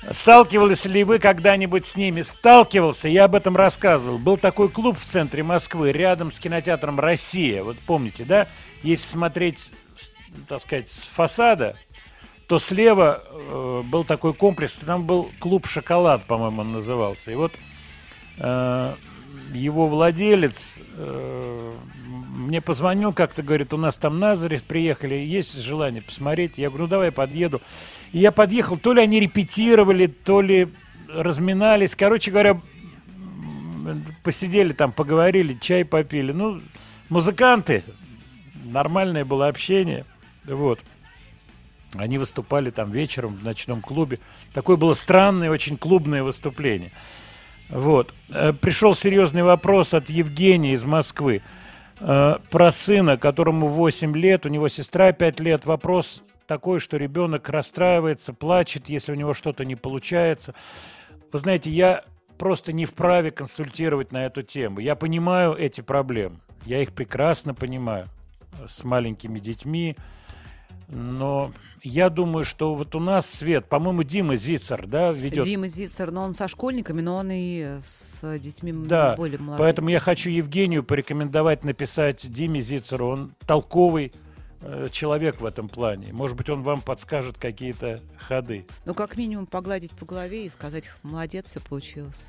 Сталкивались ли вы когда-нибудь с ними? Сталкивался, я об этом рассказывал. Был такой клуб в центре Москвы, рядом с кинотеатром «Россия». Вот помните, да? Если смотреть, так сказать, с фасада, то слева э, был такой комплекс, там был клуб «Шоколад», по-моему, он назывался. И вот э, его владелец э, мне позвонил как-то, говорит, у нас там Назарeth приехали, есть желание посмотреть? Я говорю, ну давай подъеду. И я подъехал, то ли они репетировали, то ли разминались. Короче говоря, посидели там, поговорили, чай попили. Ну, музыканты, нормальное было общение. Вот. Они выступали там вечером в ночном клубе. Такое было странное, очень клубное выступление. Вот. Пришел серьезный вопрос от Евгения из Москвы. Про сына, которому восемь лет, у него сестра пять лет. Вопрос такой, что ребенок расстраивается, плачет, если у него что-то не получается. Вы знаете, я просто не вправе консультировать на эту тему. Я понимаю эти проблемы. Я их прекрасно понимаю с маленькими детьми. Но я думаю, что вот у нас, Свет, по-моему, Дима Зицер, да, ведет... Дима Зицер, но он со школьниками, но он и с детьми да, более молодыми. Поэтому я хочу Евгению порекомендовать написать Диме Зицеру. Он толковый э, человек в этом плане. Может быть, он вам подскажет какие-то ходы. Ну, как минимум, погладить по голове и сказать, молодец, все получилось.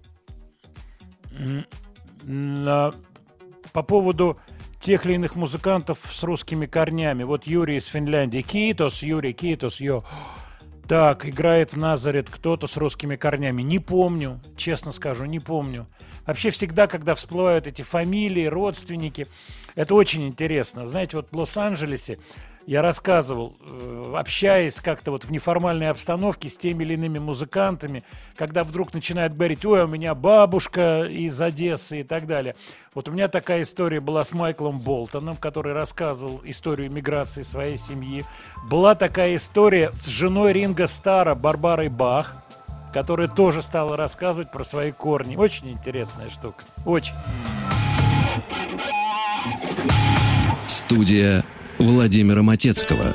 На... По поводу тех или иных музыкантов с русскими корнями. Вот Юрий из Финляндии. Китос, Юрий, Китос, йо. Так, играет в Назарет кто-то с русскими корнями. Не помню, честно скажу, не помню. Вообще всегда, когда всплывают эти фамилии, родственники, это очень интересно. Знаете, вот в Лос-Анджелесе я рассказывал, общаясь как-то вот в неформальной обстановке с теми или иными музыкантами, когда вдруг начинают говорить, ой, у меня бабушка из Одессы и так далее. Вот у меня такая история была с Майклом Болтоном, который рассказывал историю миграции своей семьи. Была такая история с женой Ринго Старра, Барбарой Бах, которая тоже стала рассказывать про свои корни. Очень интересная штука. Очень. Студия Владимира Матецкого.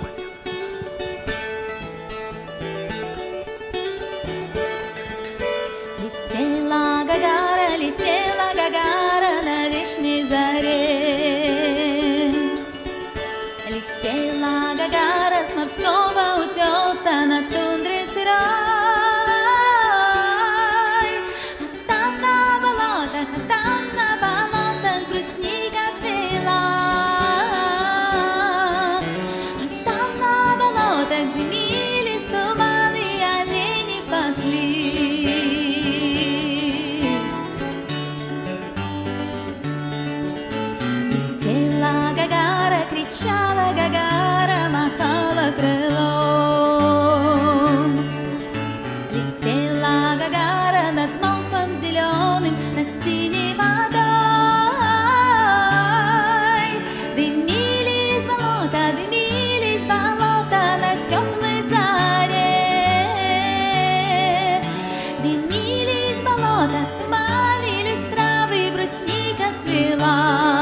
Летела Гагара, летела Гагара на вечной заре. Летела Гагара с морского утеса на тундре сырой. А там на болотах, а там на болотах брусника цвела. Дымились туманы, олени паслись. Летела Гагара, кричала Гагара, махала крылом. Летела Гагара над мохом зеленым, над синей водой. Дымились болота, дымились болота на теплой заре. Дымились болота, туманились травы, брусника цвела.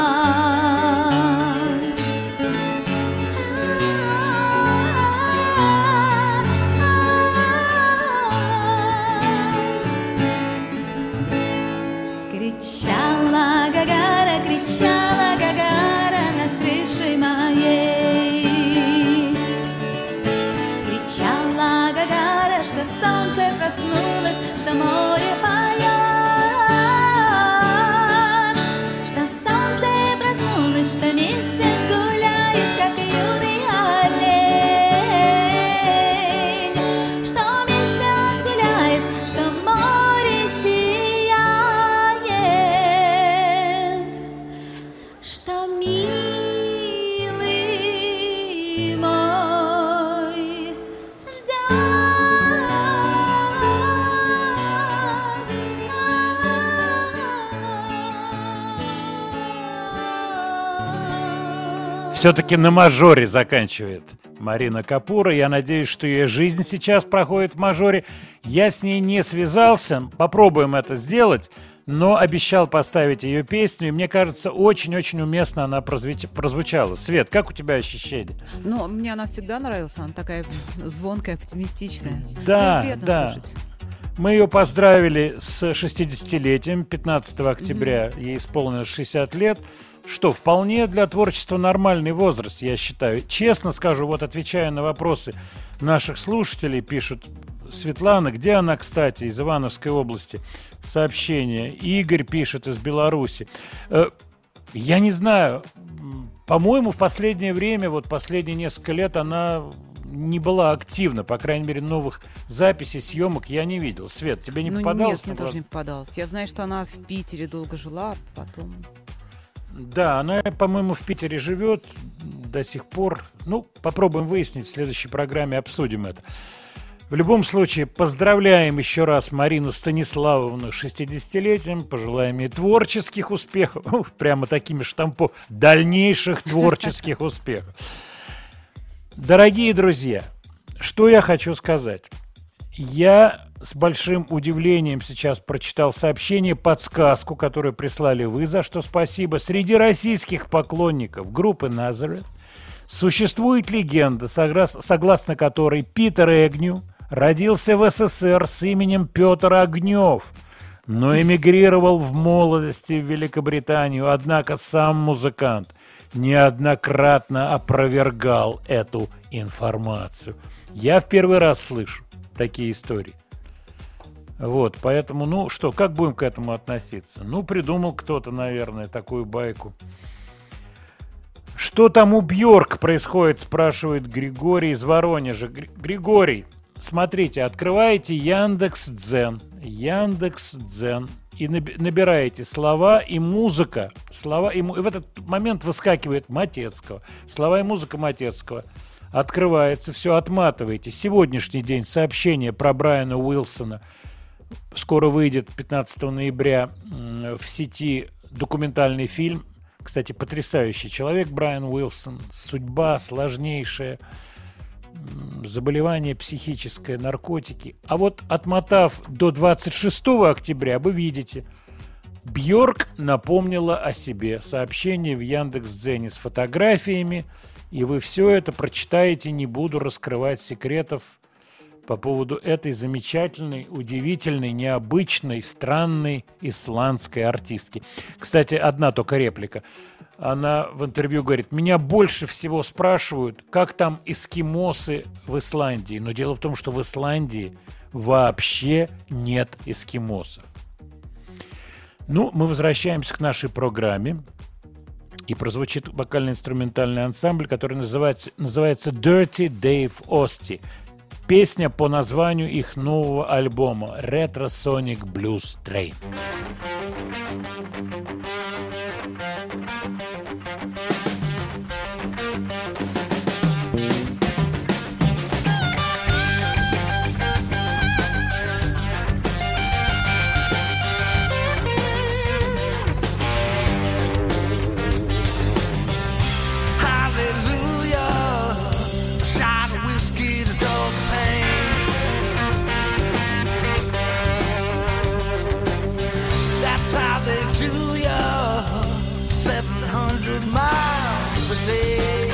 Кричала Гагара, кричала Гагара над крышей моей. Кричала Гагара, что солнце проснулось, что море поет. Что солнце проснулось, что месяц гуляет, как юный олень. Что месяц гуляет, что море сияет. Что милый мой ждет. Все-таки на мажоре заканчивает Марина Капура. Я надеюсь, что ее жизнь сейчас проходит в мажоре. Я с ней не связался. Попробуем это сделать. но обещал поставить ее песню, и мне кажется, очень-очень уместно она прозвуч... прозвучала. Свет, как у тебя ощущение? Ну, мне она всегда нравилась, она такая звонкая, оптимистичная. Да, Ей приятно да. слушать. Мы ее поздравили с шестидесятилетием, пятнадцатого октября, mm-hmm. ей исполнилось шестьдесят лет, что вполне для творчества нормальный возраст, я считаю. Честно скажу, вот отвечая на вопросы наших слушателей, пишут: Светлана, где она, кстати, из Ивановской области? Сообщение. Игорь пишет из Беларуси. Э, я не знаю, по-моему, в последнее время, вот последние несколько лет она не была активна, по крайней мере, новых записей, съемок я не видел. Свет, тебе не ну, попадалось? Нет, мне тоже не попадалось. Я знаю, что она в Питере долго жила, потом... Да, она, по-моему, в Питере живет до сих пор. Ну, попробуем выяснить, в следующей программе обсудим это. В любом случае, поздравляем еще раз Марину Станиславовну с шестидесятилетием, пожелаем ей творческих успехов, Ух, прямо такими штампами, дальнейших творческих успехов. Дорогие друзья, что я хочу сказать. Я с большим удивлением сейчас прочитал сообщение, подсказку, которую прислали вы, за что спасибо. Среди российских поклонников группы Nazareth существует легенда, согласно которой Питер Эгню родился в СССР с именем Петр Огнев, но эмигрировал в молодости в Великобританию, однако сам музыкант неоднократно опровергал эту информацию. Я в первый раз слышу такие истории. Вот, поэтому, ну что, как будем к этому относиться? Ну, придумал кто-то, наверное, такую байку. Что там у Бьорк происходит, спрашивает Григорий из Воронежа. Григорий, смотрите, открываете Яндекс.Дзен, Яндекс.Дзен и набираете слова и музыка. Слова и, му... и в этот момент выскакивает Матецкого. Слова и музыка Матецкого. Открывается, все отматываете. Сегодняшний день сообщение про Брайана Уилсона. Скоро выйдет пятнадцатого ноября в сети документальный фильм. Кстати, потрясающий человек Брайан Уилсон. Судьба сложнейшая. Заболевание психическое, наркотики. А вот отмотав до двадцать шестого октября, вы видите, Бьорк напомнила о себе. Сообщение в Яндекс.Дзене с фотографиями. И вы все это прочитаете, не буду раскрывать секретов по поводу этой замечательной, удивительной, необычной, странной исландской артистки. Кстати, одна только реплика. Она в интервью говорит: меня больше всего спрашивают, как там эскимосы в Исландии. Но дело в том, что в Исландии вообще нет эскимосов. Ну, мы возвращаемся к нашей программе. И прозвучит вокально-инструментальный ансамбль, который называется, называется Dirty Dave Ostie. Песня по названию их нового альбома Retro Sonic Blues Train. Miles a day,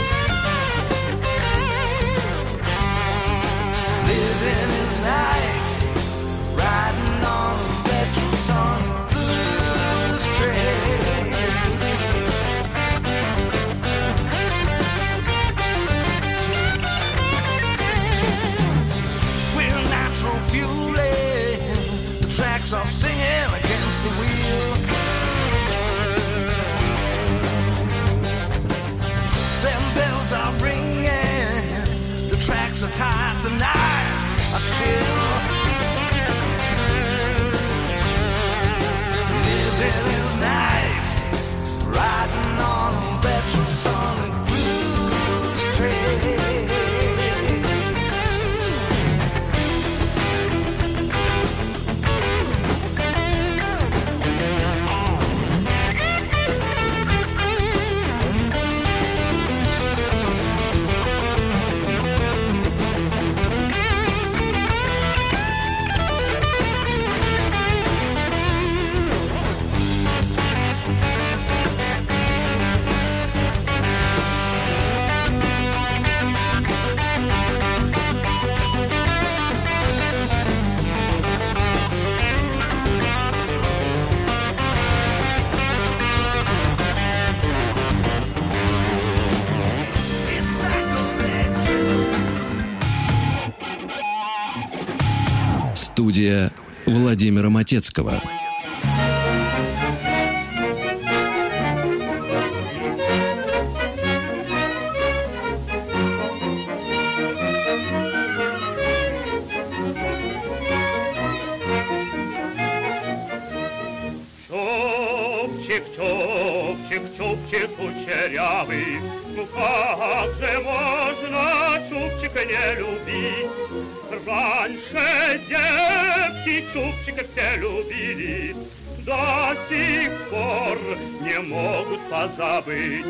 living his life, riding on a retro sonic blues train. We're natural fueling, the tracks are singing against the wheel. Студия Владимира Матецкого. Чубчик кучерявый, ну как же можно чубчика не любить? Раньше девки чубчика все любили, до сих пор не могут позабыть.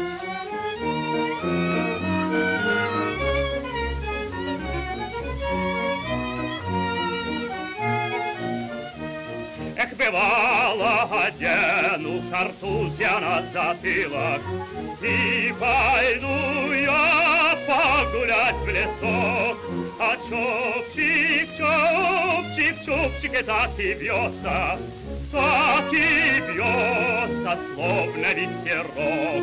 Эх, бывало, одену картуз я на затылок, и пойду я погулять в лесок. А чубчик, чубчик, чубчик, так и бьется, так и бьется, словно ветерок.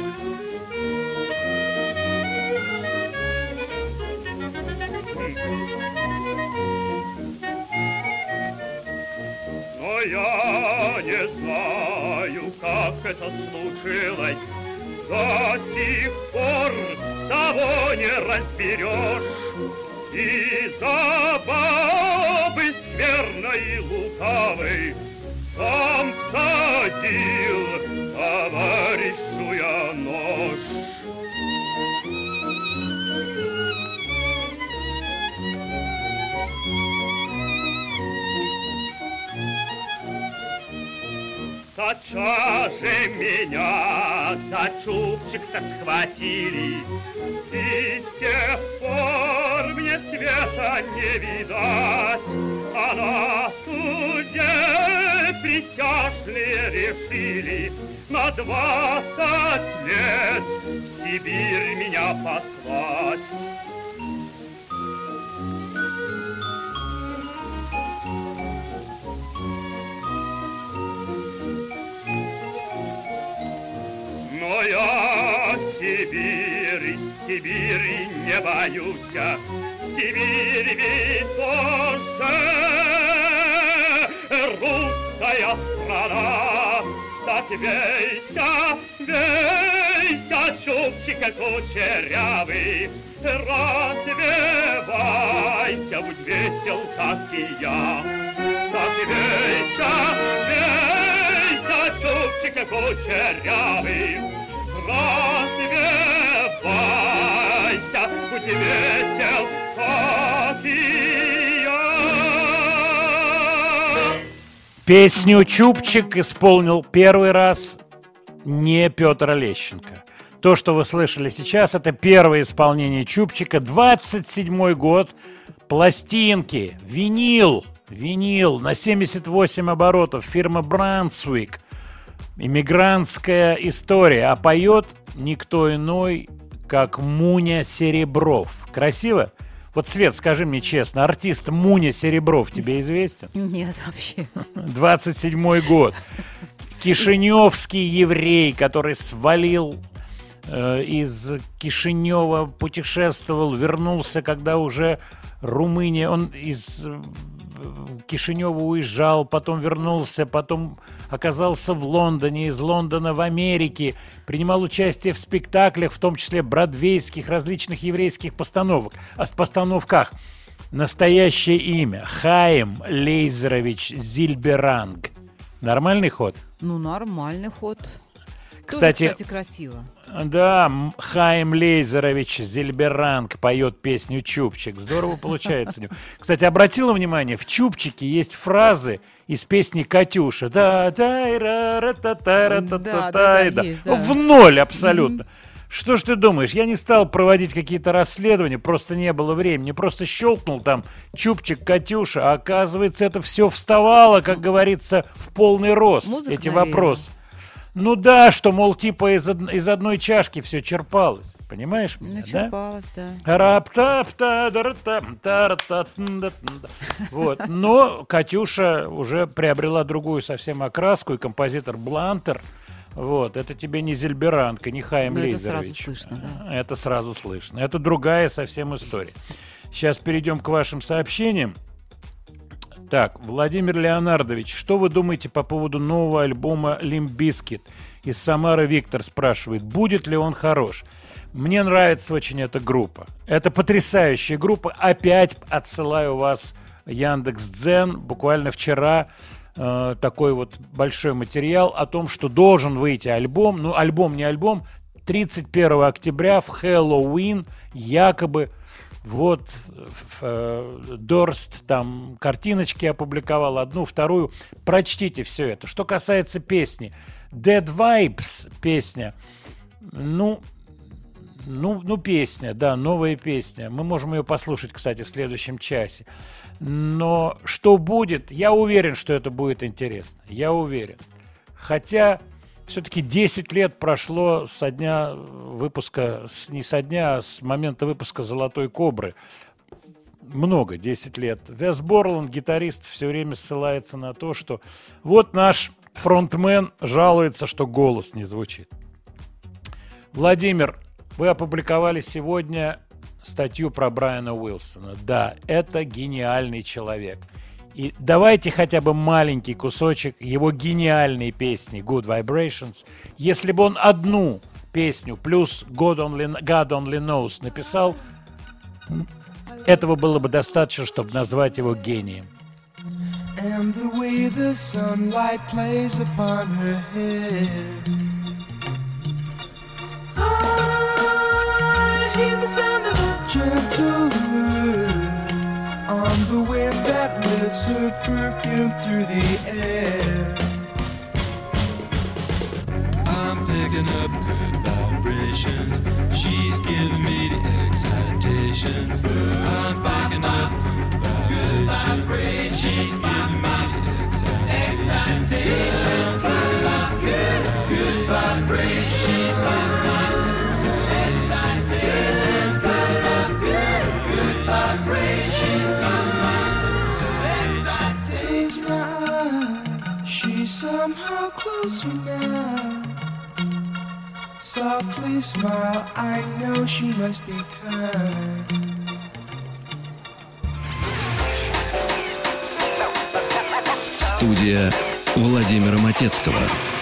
Но я не знаю, как это случилось, до сих пор того не разберешь. Из-за бабы скверной и лукавой сам садил товарищу я нож. Тотчас же меня за чубчик-то схватили, и с тех пор мне света не видать, а на суде присяжные решили на двадцать лет в Сибирь меня послать. Но я Сибири, Сибири не боюсь, Сибирь ведь тоже русская страна. Так вейся, вейся, чубчик кучерявый, развивайся, будь весел, как и я. Так вейся, вейся, чубчик кучерявый, развивайся, будь весел, как и я. Песню «Чубчик» исполнил первый раз не Петр Олещенко. То, что вы слышали сейчас, это первое исполнение «Чубчика», двадцать седьмой год, пластинки, винил, винил на семьдесят восемь оборотов, фирма Брансвик, иммигрантская история, а поет никто иной, как Муня Серебров. Красиво? Вот, Свет, скажи мне честно, артист Муня Серебров тебе известен? Нет, вообще. двадцать седьмой год. Кишиневский еврей, который свалил э, из Кишинева, путешествовал, вернулся, когда уже Румыния, он из Кишинева уезжал, потом вернулся, потом оказался в Лондоне, из Лондона в Америке, принимал участие в спектаклях, в том числе бродвейских, различных еврейских постановок, постановках. Настоящее имя — Хаим Лейзерович Зильберанг. Нормальный ход? Ну, нормальный ход. Кстати, Тоже, кстати, красиво. Да, Хаим Лейзерович Зильберанг поет песню «Чубчик». Здорово получается у него. Кстати, обратила внимание, в «Чубчике» есть фразы из песни «Катюша». Да, да, да, да, да, да, да, в ноль абсолютно. Что ж ты думаешь, я не стал проводить какие-то расследования, просто не было времени, просто щелкнул там «Чубчик, Катюша», а оказывается, это все вставало, как говорится, в полный рост, музыка, эти наверное. вопросы. Ну да, что, мол, типа из, од- из одной чашки все черпалось. Понимаешь меня, Ну, да? черпалось, да. Вот. Но Катюша уже приобрела другую совсем окраску, и композитор Блантер. Вот. Это тебе не Зильберанг и не Хаим Но это Лейзерович. сразу слышно, да. Это сразу слышно. Это другая совсем история. Сейчас перейдем к вашим сообщениям. Так, Владимир Леонардович, что вы думаете по поводу нового альбома Limp Bizkit? Из Самары Виктор спрашивает, будет ли он хорош? Мне нравится очень эта группа. Это потрясающая группа. Опять отсылаю вас Яндекс.Дзен. Буквально вчера э, такой вот большой материал о том, что должен выйти альбом. Ну, альбом не альбом. тридцать первого октября в Хэллоуин якобы вот э, Дорст там картиночки опубликовал, одну, вторую. Прочтите все это. Что касается песни. Dead Vibes песня. Ну... Ну, ну, песня, да, новая песня. Мы можем ее послушать, кстати, в следующем часе. Но что будет, я уверен, что это будет интересно. Я уверен. Хотя все-таки десять лет прошло со дня выпуска, с, не со дня, а с момента выпуска «Золотой кобры». Много, десять лет. Вес Борланд, гитарист, все время ссылается на то, что вот наш фронтмен жалуется, что голос не звучит. Владимир, вы опубликовали сегодня статью про Брайана Уилсона. Да, это гениальный человек. И давайте хотя бы маленький кусочек его гениальной песни Good Vibrations. Если бы он одну песню плюс God Only, God Only Knows написал, этого было бы достаточно, чтобы назвать его гением. And the way the sunlight plays upon her head, I hear the sound of a gentle wind on the wind that lifts her perfume through the air. I'm picking up good vibrations. She's giving me the excitations. I'm picking up good vibrations. She's giving me the excitations. Good, good, good vibrations. She's giving me she's somehow closer now. Softly smile, I know she must be kind. Студия Владимира Матецкого.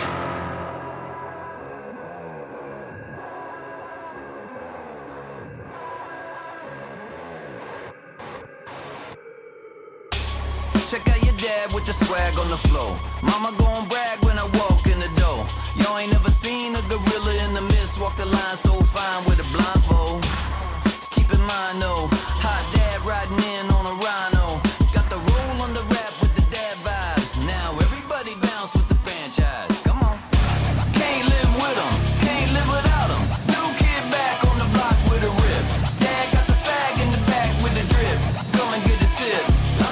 Check out your dad with the swag on the floor. Mama gon' brag when I walk in the door. Y'all ain't never seen a gorilla in the mist walk the line so fine with a blindfold. Keep in mind though, hot dad riding in on a rhino. Got the roll on the rap with the dad vibes. Now everybody bounce with the franchise. Come on. Can't live with them, can't live without them. New kid back on the block with a rip. Dad got the fag in the back with the drip. Come and get a sip.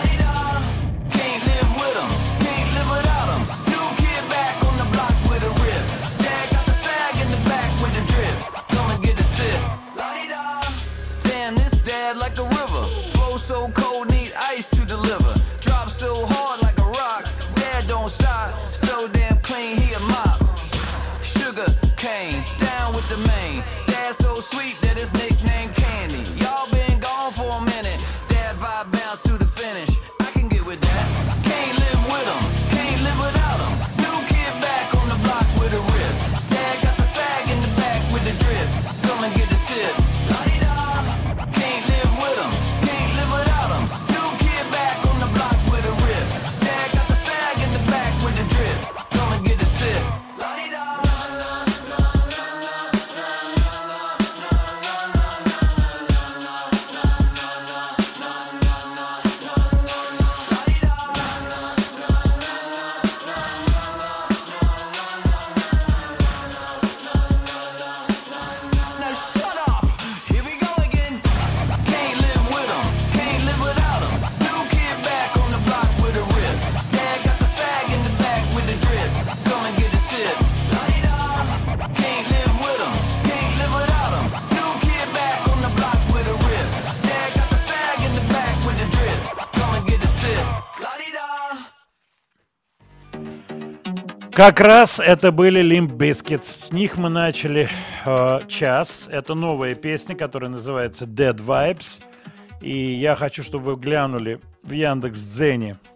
Like a river, flow so cold, need ice to deliver. Drop so hard like a rock, dad don't stop. So damn clean, he a mop. Sugar cane, down with the main. Dad so sweet that his nickname Candy. Y'all been gone for a minute. Dad vibe bounce to the finish. I can get with that. Can't live with him, can't live without him. New kid back on the block with a rip. Dad got the fag in the back with the drip. Come and get a sip. Как раз это были Limp Bizkit. С них мы начали э, час. Это новая песня, которая называется Dead Vibes. И я хочу, чтобы вы глянули в Яндекс.Дзене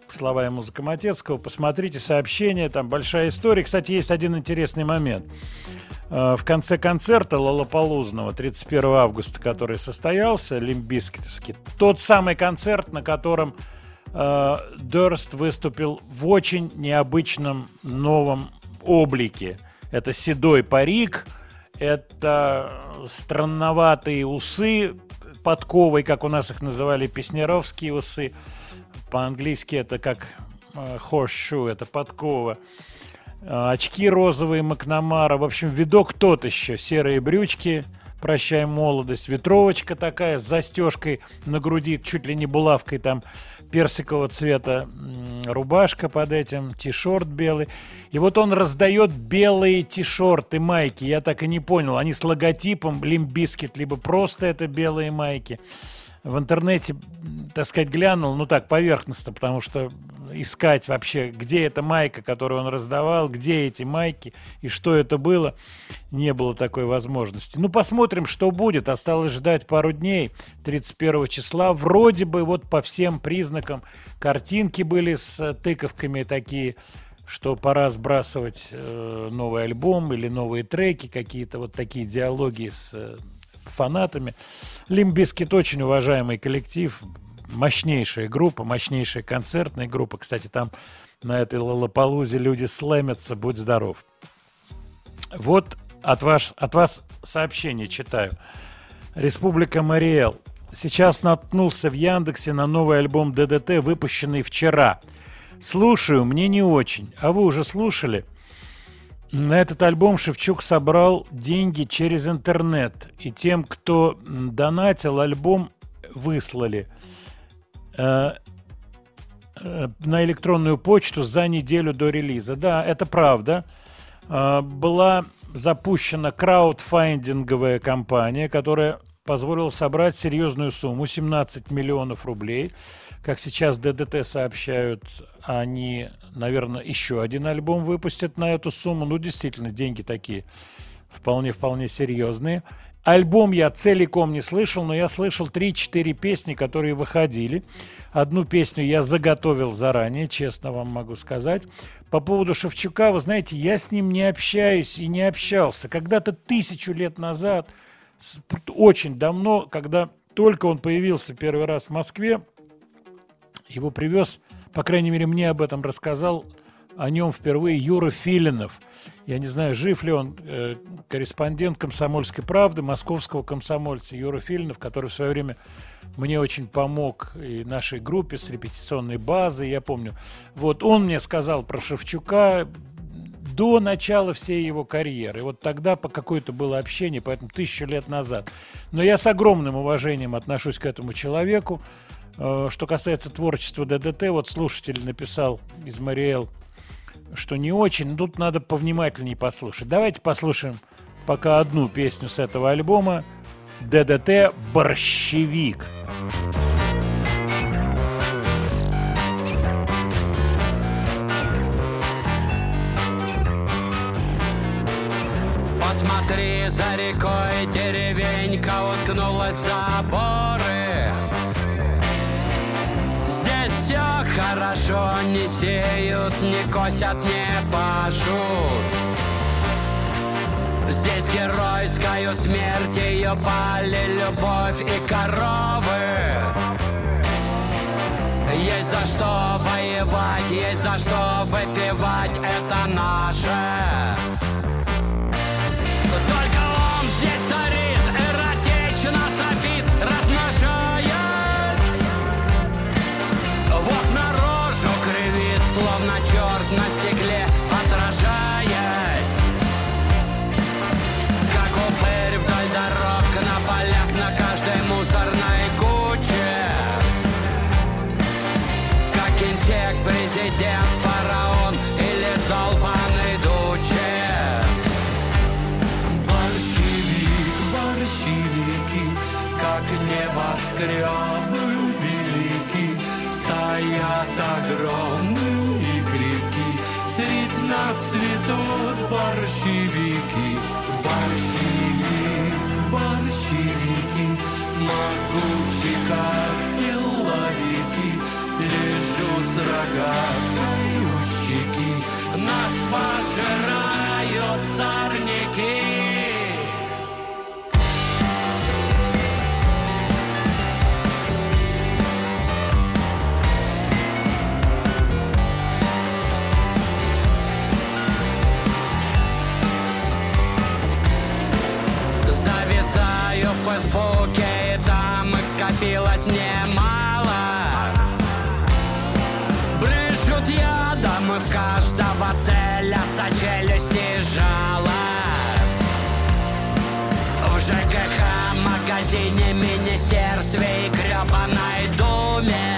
слова и музыка Матецкого. Посмотрите сообщение, там большая история. Кстати, есть один интересный момент. В конце концерта Лоллапалузного тридцать первого августа, который состоялся, лимбискитовский, тот самый концерт, на котором э, Дёрст выступил в очень необычном новом облике. Это седой парик, это странноватые усы подковой, как у нас их называли, песнеровские усы. По-английски это как э, horseshoe, это подкова. Очки розовые Макнамара. В общем, видок тот еще. Серые брючки, прощай молодость. Ветровочка такая с застежкой на груди, чуть ли не булавкой там персикового цвета. Рубашка под этим, ти-шорт белый. И вот он раздает белые ти-шорты, майки. Я так и не понял. Они с логотипом Limp Bizkit, либо просто это белые майки. В интернете, так сказать, глянул, ну так, поверхностно, потому что искать вообще, где эта майка, которую он раздавал, где эти майки и что это было, не было такой возможности. Ну, посмотрим, что будет. Осталось ждать пару дней, тридцать первого числа. Вроде бы вот по всем признакам картинки были с тыковками такие, что пора сбрасывать э, новый альбом или новые треки, какие-то вот такие диалоги с э, фанатами. Limp Bizkit очень уважаемый коллектив, мощнейшая группа, мощнейшая концертная группа. Кстати, там на этой Лоллапалузе люди слэмятся, будь здоров. Вот от, ваш, от вас сообщение читаю. Республика Мариэл. Сейчас наткнулся в Яндексе на новый альбом ДДТ, выпущенный вчера. Слушаю, мне не очень. А вы уже слушали? На этот альбом Шевчук собрал деньги через интернет. И тем, кто донатил, альбом выслали э, э, на электронную почту за неделю до релиза. Да, это правда. Э, была запущена краудфандинговая кампания, которая позволила собрать серьезную сумму, семнадцать миллионов рублей. Как сейчас ДДТ сообщают, они, наверное, еще один альбом выпустят на эту сумму. Ну, действительно, деньги такие вполне-вполне серьезные. Альбом я целиком не слышал, но я слышал три-четыре песни, которые выходили. Одну песню я заготовил заранее, честно вам могу сказать. По поводу Шевчука, вы знаете, я с ним не общаюсь и не общался. Когда-то тысячу лет назад, очень давно, когда только он появился первый раз в Москве, его привез, по крайней мере, мне об этом рассказал, о нем впервые Юра Филинов. Я не знаю, жив ли он, э, корреспондент «Комсомольской правды», московского комсомольца Юра Филинов, который в свое время мне очень помог и нашей группе с репетиционной базой, я помню. Вот он мне сказал про Шевчука до начала всей его карьеры. И вот тогда по какое-то было общение, поэтому тысячу лет назад. Но я с огромным уважением отношусь к этому человеку. Что касается творчества ДДТ, вот слушатель написал из Мариэл, что не очень. Тут надо повнимательнее послушать. Давайте послушаем пока одну песню с этого альбома. ДДТ «Борщевик». Посмотри, за рекой деревенька уткнулась в заборы. Здесь все хорошо, не сеют, не косят, не пашут. Здесь геройскую смерть, ее пали любовь и коровы. Есть за что воевать, есть за что выпивать, это наше. Только он здесь царит, эротично сопит, размножаясь. Вот наружу кривит, словно черт на стекле, отражаясь. Как упырь вдоль дорог, на полях, на каждой мусорной куче. Как инсект, президент, фараон или долбаный дуче. Как небоскребы велики, стоят огромные и крепки, средь нас цветут борщевики. Борщевик, борщевики, могучи, как силовики, лежу с рогаткой у щеки, нас пожирают сорняки. Зависаю в Фейсбуке, и там их скопилось немало. Брызжут ядом, и в каждого целятся челюсти жало. В ЖКХ, магазине, министерстве и гребаной думе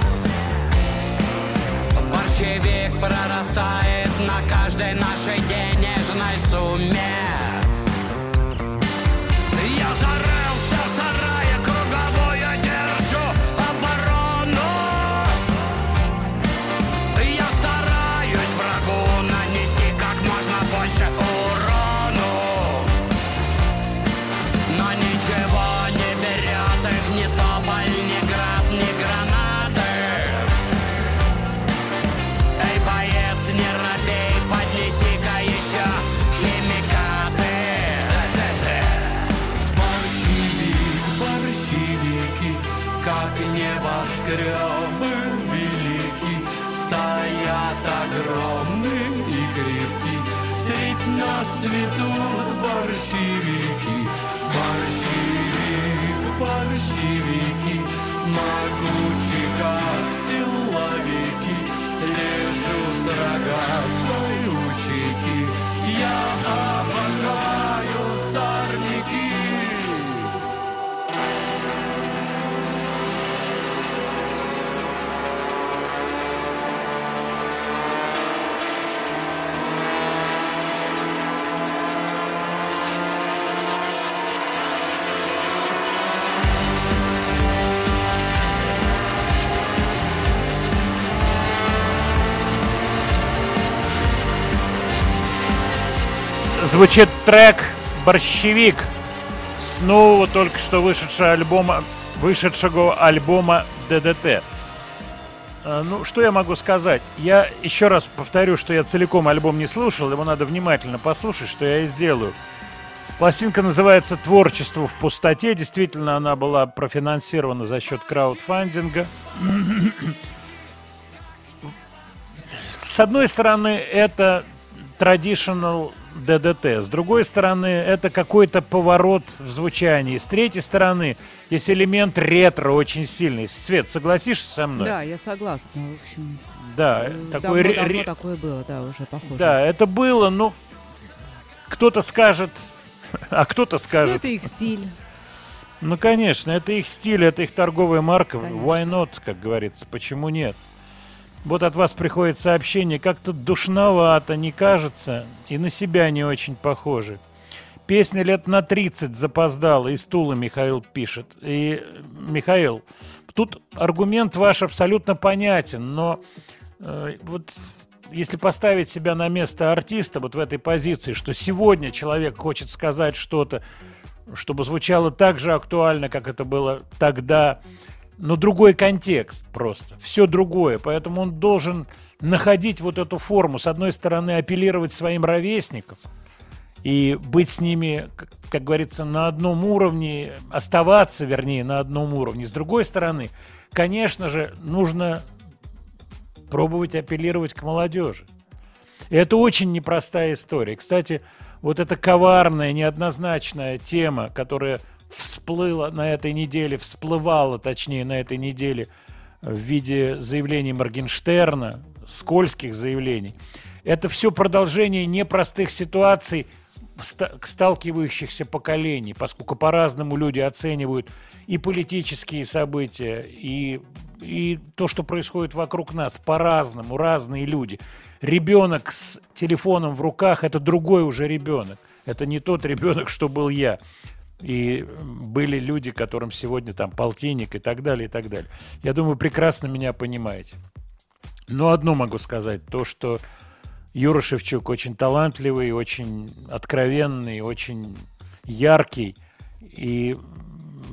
борщевик прорастает на каждой нашей денежной сумме. Я зарылся в сарае, круговую держу оборону. Я стараюсь врагу нанести как можно больше урону, но ничего не берет их ни тополь, ни град, ни гранаты. Эй, боец, не робей, поднеси-ка еще химикаты. Борщевик, борщевики, как небоскребы велики, стоят огромные и крепкие, средь нас цветут борщевики. Борщевик, борщевики, могучий, как силовики, лежу с рогаткой у щеки, я обожаю сорняки. Звучит трек «Борщевик» с нового только что вышедшего альбома, вышедшего альбома ДДТ. Ну, что я могу сказать? Я еще раз повторю, что я целиком альбом не слушал, его надо внимательно послушать, что я и сделаю. Пластинка называется «Творчество в пустоте». Действительно, она была профинансирована за счет краудфандинга. С одной стороны, это traditional ДДТ. С другой стороны, это какой-то поворот в звучании. С третьей стороны, есть элемент ретро очень сильный. Свет, согласишься со мной? Да, я согласна. В общем, да, такой давно, ре- давно такое было, да, уже похоже. Да, это было, ну, кто-то скажет, а кто-то скажет... Ну, это их стиль. Ну, конечно, это их стиль, это их торговая марка. Конечно. Why not, как говорится, почему нет? Вот от вас приходит сообщение, как-то душновато, не кажется, и на себя не очень похоже. Песня лет на тридцать запоздала, из Тулы Михаил пишет. И, Михаил, тут аргумент ваш абсолютно понятен, но э, вот если поставить себя на место артиста вот в этой позиции, что сегодня человек хочет сказать что-то, чтобы звучало так же актуально, как это было тогда, но другой контекст просто, все другое, поэтому он должен находить вот эту форму, с одной стороны апеллировать своим ровесникам и быть с ними, как, как говорится, на одном уровне, оставаться, вернее, на одном уровне, с другой стороны, конечно же, нужно пробовать апеллировать к молодежи. И это очень непростая история. Кстати, вот эта коварная, неоднозначная тема, которая всплыла на этой неделе, всплывала, точнее, на этой неделе в виде заявлений Моргенштерна, скользких заявлений. Это все продолжение непростых ситуаций, сталкивающихся поколений, поскольку по-разному люди оценивают и политические события, и, и то, что происходит вокруг нас, по-разному, разные люди. Ребенок с телефоном в руках – это другой уже ребенок. Это не тот ребенок, что был я. И были люди, которым сегодня там полтинник и так далее, и так далее. Я думаю, прекрасно меня понимаете. Но одно могу сказать, то, что Юра Шевчук очень талантливый, очень откровенный, очень яркий и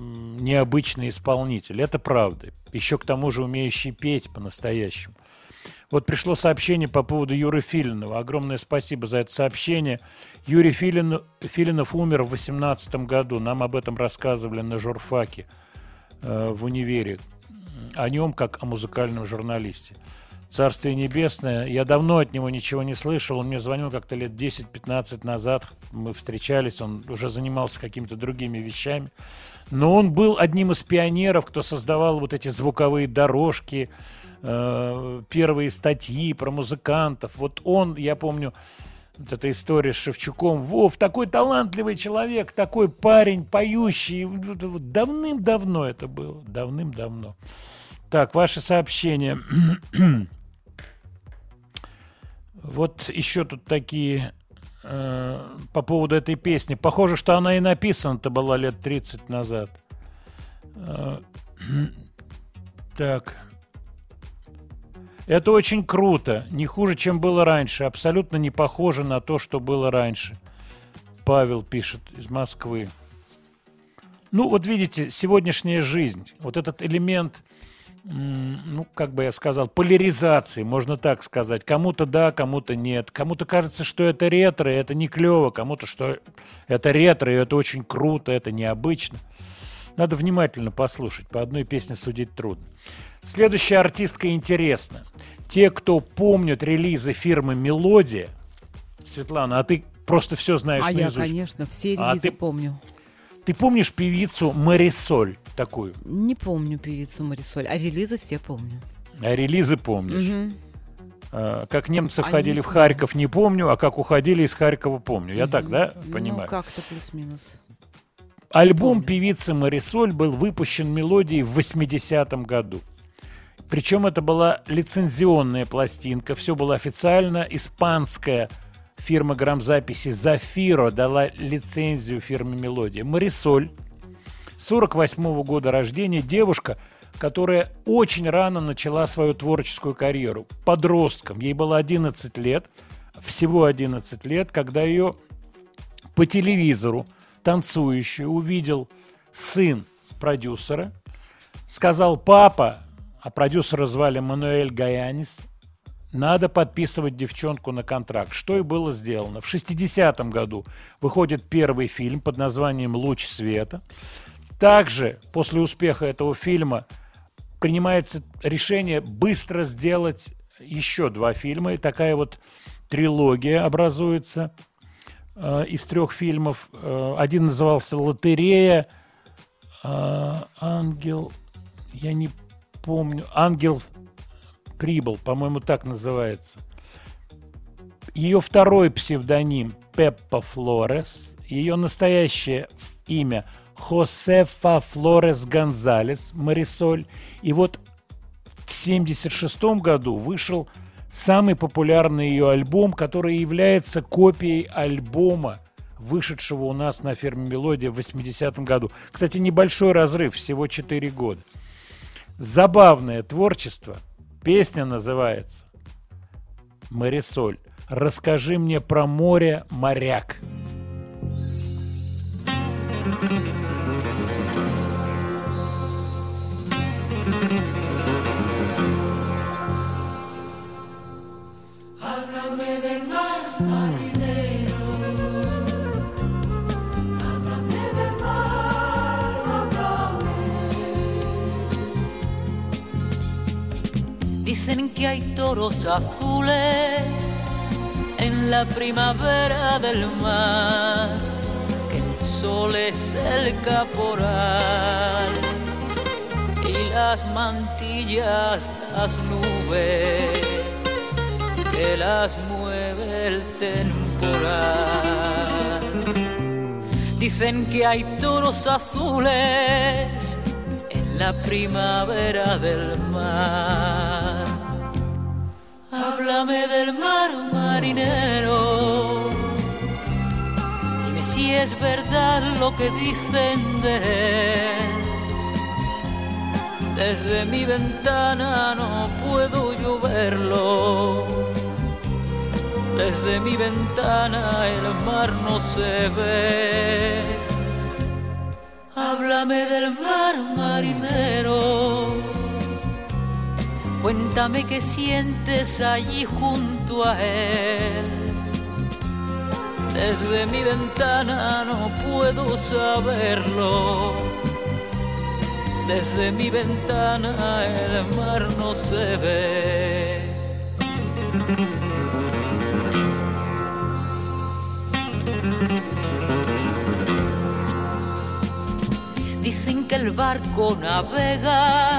необычный исполнитель. Это правда. Еще к тому же умеющий петь по-настоящему. Вот пришло сообщение по поводу Юры Филинова. Огромное спасибо за это сообщение. Юрий Филин, Филинов умер в восемнадцатом году. Нам об этом рассказывали на журфаке э, в универе. О нем, как о музыкальном журналисте. Царствие небесное. Я давно от него ничего не слышал. Он мне звонил как-то лет десять-пятнадцать назад. Мы встречались. Он уже занимался какими-то другими вещами. Но он был одним из пионеров, кто создавал вот эти звуковые дорожки, э, первые статьи про музыкантов. Вот он, я помню, вот эта история с Шевчуком. Вов, такой талантливый человек, такой парень, поющий. Давным-давно это было. Давным-давно. Так, ваши сообщения. Вот еще тут такие э, по поводу этой песни. Похоже, что она и написана-то была лет тридцать назад. Э, так. Это очень круто. Не хуже, чем было раньше. Абсолютно не похоже на то, что было раньше. Павел пишет из Москвы. Ну, вот видите, сегодняшняя жизнь. Вот этот элемент... ну, как бы я сказал, поляризации, можно так сказать. Кому-то да, кому-то нет. Кому-то кажется, что это ретро, и это не клево. Кому-то, что это ретро, и это очень круто, это необычно. Надо внимательно послушать. По одной песне судить трудно. Следующая артистка интересна. Те, кто помнят релизы фирмы «Мелодия». Светлана, а ты просто все знаешь а наизусть. А я, конечно, все релизы а ты... помню. Ты помнишь певицу Марисоль такую? Не помню певицу Марисоль, а релизы все помню. А релизы помнишь? Угу. А, как немцы а входили в Харьков, не помню, а как уходили из Харькова, помню. Я угу. так, да, понимаю? Ну, как-то плюс-минус. Альбом певицы Марисоль был выпущен «Мелодией» в восьмидесятом году. Причем это была лицензионная пластинка, все было официально, испанская фирма грамзаписи «Зафиро» дала лицензию фирме «Мелодия». Марисоль, сорок восьмого года рождения, девушка, которая очень рано начала свою творческую карьеру. Подростком. Ей было одиннадцать лет, всего одиннадцать лет, когда ее по телевизору танцующую увидел сын продюсера. Сказал: папа, а продюсера звали Мануэль Гаянис, надо подписывать девчонку на контракт. Что и было сделано. В шестидесятом году выходит первый фильм под названием «Луч света». Также после успеха этого фильма принимается решение быстро сделать еще два фильма. И такая вот трилогия образуется э, из трех фильмов. Э, один назывался «Лотерея», э, «Ангел», я не помню, «Ангел прибыл», по-моему, так называется. Ее второй псевдоним Пеппа Флорес, ее настоящее имя Хосефа Флорес Гонзалес Марисоль. И вот в семьдесят шестом году вышел самый популярный ее альбом, который является копией альбома, вышедшего у нас на фирме «Мелодия» в восьмидесятом году. Кстати, небольшой разрыв, всего четыре года. Забавное творчество. Песня называется «Марисоль. Расскажи мне про море, моряк». Dicen que hay toros azules en la primavera del mar, que el sol es el caporal y las mantillas, las nubes, que las mueve el temporal. Dicen que hay toros azules en la primavera del mar. Háblame del mar, marinero, dime si es verdad lo que dicen de él. Desde mi ventana no puedo yo verlo, desde mi ventana el mar no se ve. Háblame del mar, marinero, Cuéntame qué sientes allí junto a él. Desde mi ventana no puedo saberlo. Desde mi ventana el mar no se ve. Dicen que el barco navega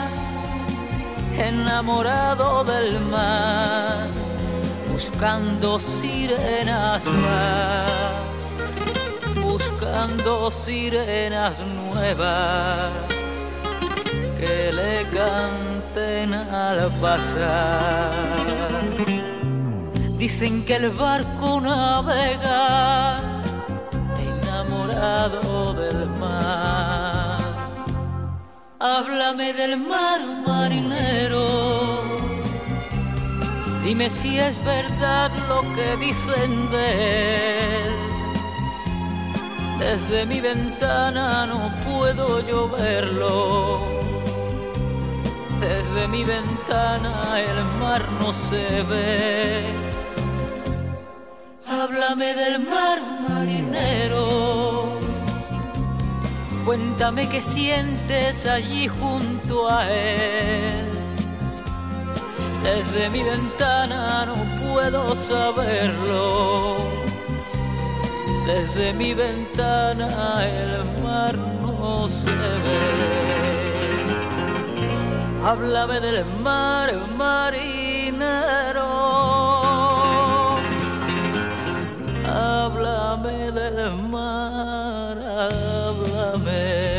enamorado del mar, buscando sirenas va, buscando sirenas nuevas que le canten al pasar. Dicen que el barco navega enamorado del mar. Háblame del mar, marinero. Dime si es verdad lo que dicen de él. Desde mi ventana no puedo yo verlo. Desde mi ventana el mar no se ve. Háblame del mar, marinero. Cuéntame qué sientes allí junto a él. Desde mi ventana no puedo saberlo. Desde mi ventana el mar no se ve. Háblame del mar, marinero. Háblame del mar, háblame.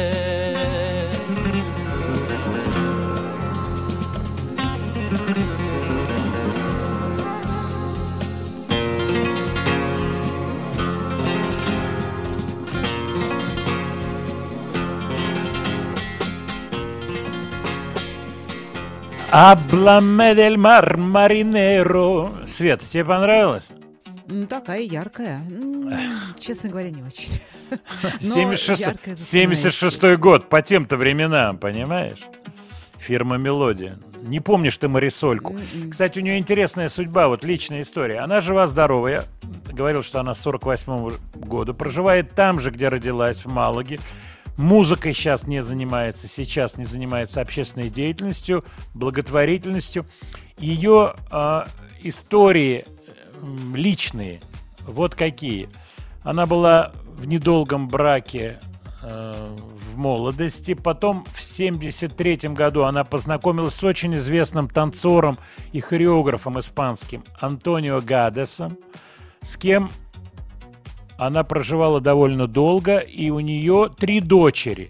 Háblame del mar, marinero. Света, тебе понравилось? Ну, такая яркая. Ну, честно говоря, не очень. семьдесят шестой год, по тем-то временам, понимаешь? Фирма «Мелодия». Не помнишь ты Марисольку. Mm-mm. Кстати, у нее интересная судьба, вот личная история. Она жива-здорова. Я говорил, что она с сорок восьмого года. Проживает там же, где родилась, в Малаге. Музыкой сейчас не занимается, сейчас не занимается общественной деятельностью, благотворительностью. Ее э, истории э, личные, вот какие. Она была в недолгом браке э, в молодости, потом в семьдесят третьем году она познакомилась с очень известным танцором и хореографом испанским Антонио Гадесом, с кем она проживала довольно долго, и у нее три дочери.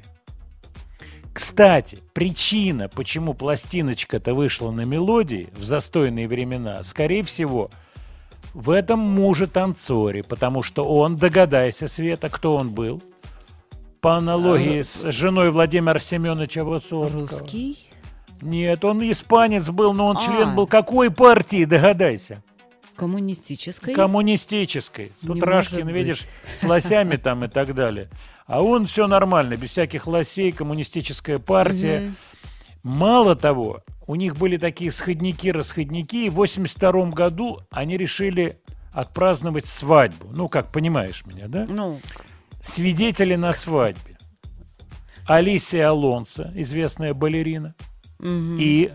Кстати, причина, почему пластиночка-то вышла на «Мелодии» в застойные времена, скорее всего, в этом муже-танцоре, потому что он, догадайся, Света, кто он был, по аналогии с женой Владимира Семеновича Высоцкого. Русский? Нет, он испанец был, но он а. член был какой партии, догадайся? Коммунистической? Коммунистической. Тут Рашкин, видишь, с лосями там и так далее. А он все нормально, без всяких лосей, коммунистическая партия. Mm-hmm. Мало того, у них были такие сходники-расходники, и в восемьдесят втором году они решили отпраздновать свадьбу. Ну, как понимаешь меня, да? Ну. Свидетели на свадьбе. Алисия Алонсо, известная балерина, mm-hmm. и...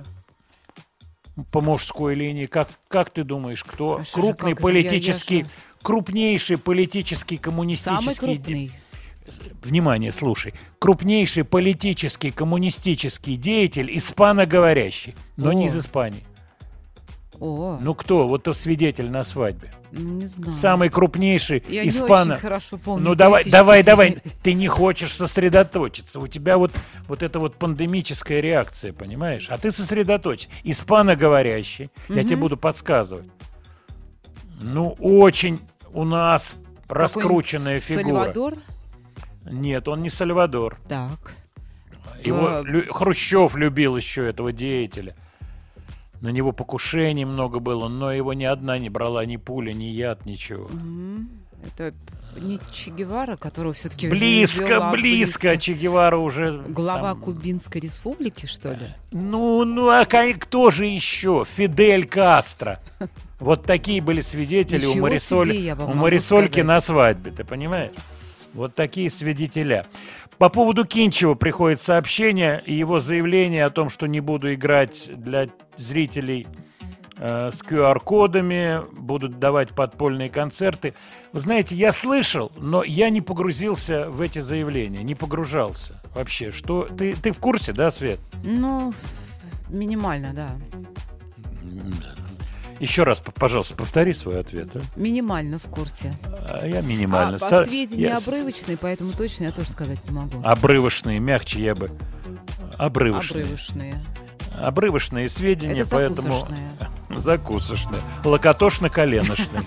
по мужской линии. Как, как ты думаешь, кто? А крупный же, политический, я, я крупнейший политический коммунистический... Самый крупный. Внимание, слушай. Крупнейший политический коммунистический деятель, испаноговорящий, но О. не из Испании. О. Ну кто? Вот то свидетель на свадьбе. Ну, не знаю. Самый крупнейший я испано... не очень хорошо помню. Ну давай, давай, давай. Ты не хочешь сосредоточиться. У тебя вот, вот эта вот пандемическая реакция, понимаешь? А ты сосредоточься. Испаноговорящий. Mm-hmm. Я тебе буду подсказывать. Ну, очень у нас раскрученная фигура. Сальвадор? Нет, он не Сальвадор. Так. Его а... Лю... Хрущев любил еще этого деятеля. На него покушений много было, но его ни одна не брала, ни пуля, ни яд, ничего. Mm-hmm. Это не Че Гевара, которого все-таки... Близко, близко. Че Гевара уже... Глава там... Кубинской республики, что ли? Ну, ну, а кто же еще? Фидель Кастро. Вот такие были свидетели у Марисоль, у Марисольки на свадьбе, ты понимаешь? Вот такие свидетеля. По поводу Кинчева приходит сообщение и его заявление о том, что не буду играть для зрителей э, с ку ар-кодами, будут давать подпольные концерты. Вы знаете, я слышал, но я не погрузился в эти заявления, не погружался вообще. Что ты, ты в курсе, да, Свет? Ну, минимально, да. Еще раз, пожалуйста, повтори свой ответ. А? Минимально в курсе. А я минимально. А, Стар... по сведения я... обрывочные, поэтому точно я тоже сказать не могу. Обрывочные, мягче я бы. Обрывочные. Обрывочные. Обрывочные сведения, это поэтому... закусочные. Закусочные. Локотошно-коленошные.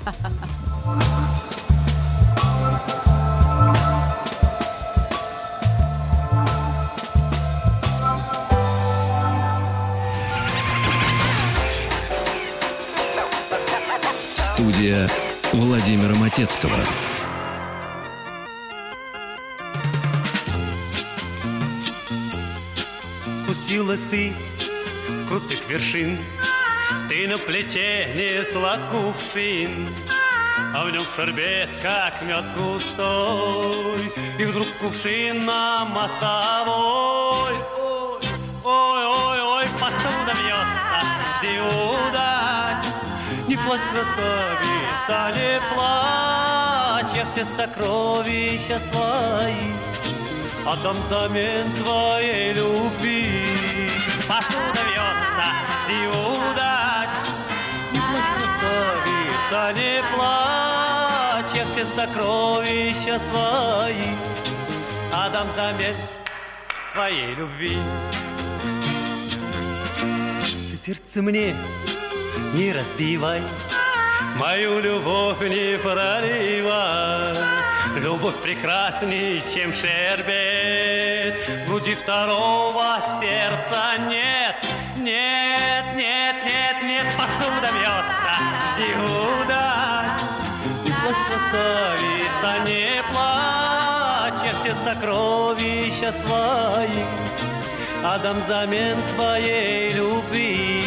Студия Владимира Матецкого. Спустилась ты с крутых вершин, ты на плече несла кувшин, а в нем шербет, как мед густой, и вдруг кувшин на мостовой. Ой, ой, ой, посуда бьется, где удать. Не плачь, красавица, не плачь, я все сокровища свои отдам взамен твоей любви. Посуда вьется, зиудать. Не плачь, красавица, не плачь, я все сокровища свои отдам взамен твоей любви. Ты сердце мне не разбивай, мою любовь не проливай. Любовь прекрасней, чем шербет, в груди второго сердца нет. Нет, нет, нет, нет, посуда бьется, зиуда. Не плачь, красавица, не плачь, я все сокровища свои отдам взамен твоей любви.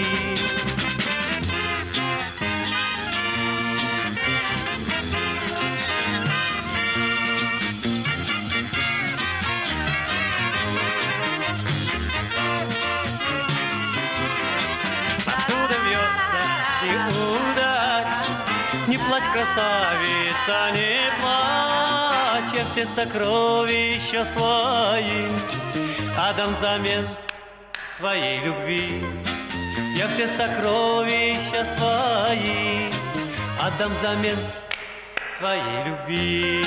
Не плачь, красавица, не плачь, я все сокровища свои отдам взамен твоей любви. Я все сокровища свои отдам взамен твоей любви.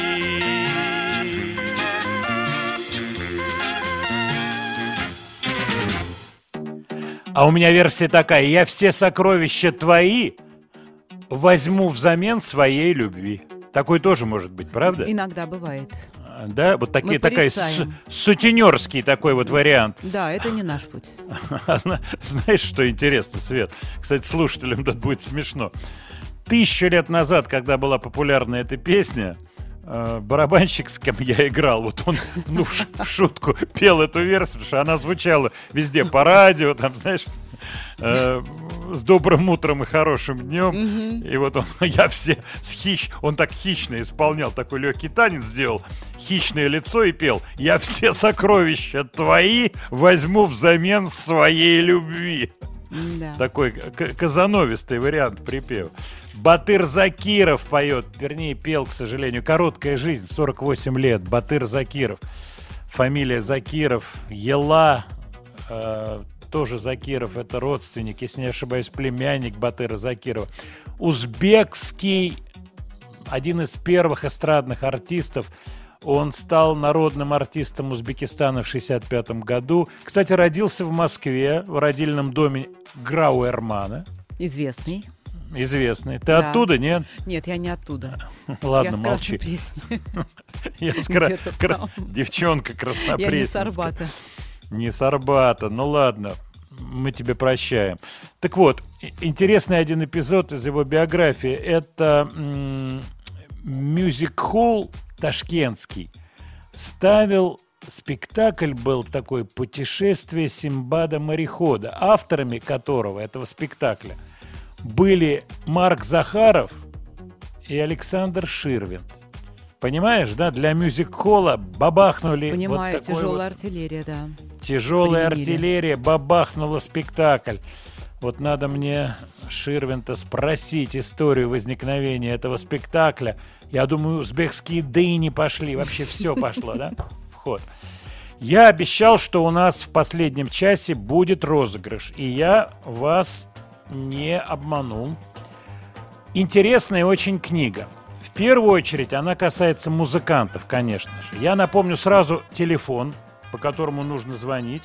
А у меня версия такая: я все сокровища твои возьму взамен своей любви. Такой тоже может быть, правда? Иногда бывает. Да, вот такие, такая с, сутенерский такой вот вариант. Да, это не наш путь. Знаешь, что интересно, Свет? Кстати, слушателям тут будет смешно. Тысячу лет назад, когда была популярна эта песня, барабанщик, с кем я играл, вот он, ну, в шутку пел эту версию, потому что она звучала везде по радио, там, знаешь, э, с добрым утром и хорошим днем. Mm-hmm. И вот он, я все с хищ, он так хищно исполнял, такой легкий танец сделал, хищное лицо и пел: я все сокровища твои возьму взамен своей любви. Да. Такой казановистый вариант припева. Батыр Закиров поет, вернее пел, к сожалению. Короткая жизнь, сорок восемь лет. Батыр Закиров. Фамилия Закиров. Ела, э, тоже Закиров, это родственник, если не ошибаюсь, племянник Батыра Закирова. Узбекский, один из первых эстрадных артистов. Он стал народным артистом Узбекистана в шестьдесят пятом году. Кстати, родился в Москве, в родильном доме Грауэрмана. Известный. Известный. Ты да. оттуда, нет? Нет, я не оттуда. Ладно, я молчи. Я с кра... кра... Девчонка краснопресненская. Я не с Арбата. Не с Арбата. Ну ладно, мы тебе прощаем. Так вот, интересный один эпизод из его биографии. Это м- мюзик-холл ташкентский ставил спектакль, был такой «Путешествие Симбада-морехода», авторами которого, этого спектакля, были Марк Захаров и Александр Ширвин. Понимаешь, да? Для мюзик-холла бабахнули... Понимаю, вот такой тяжелая вот... артиллерия, да. Тяжелая Применили. артиллерия бабахнула спектакль. Вот надо мне Ширвин-то спросить историю возникновения этого спектакля. Я думаю, узбекские дыни пошли. Вообще все пошло, да? В ход. Я обещал, что у нас в последнем часе будет розыгрыш. И я вас не обманул. Интересная очень книга. В первую очередь она касается музыкантов, конечно же. Я напомню сразу телефон, по которому нужно звонить.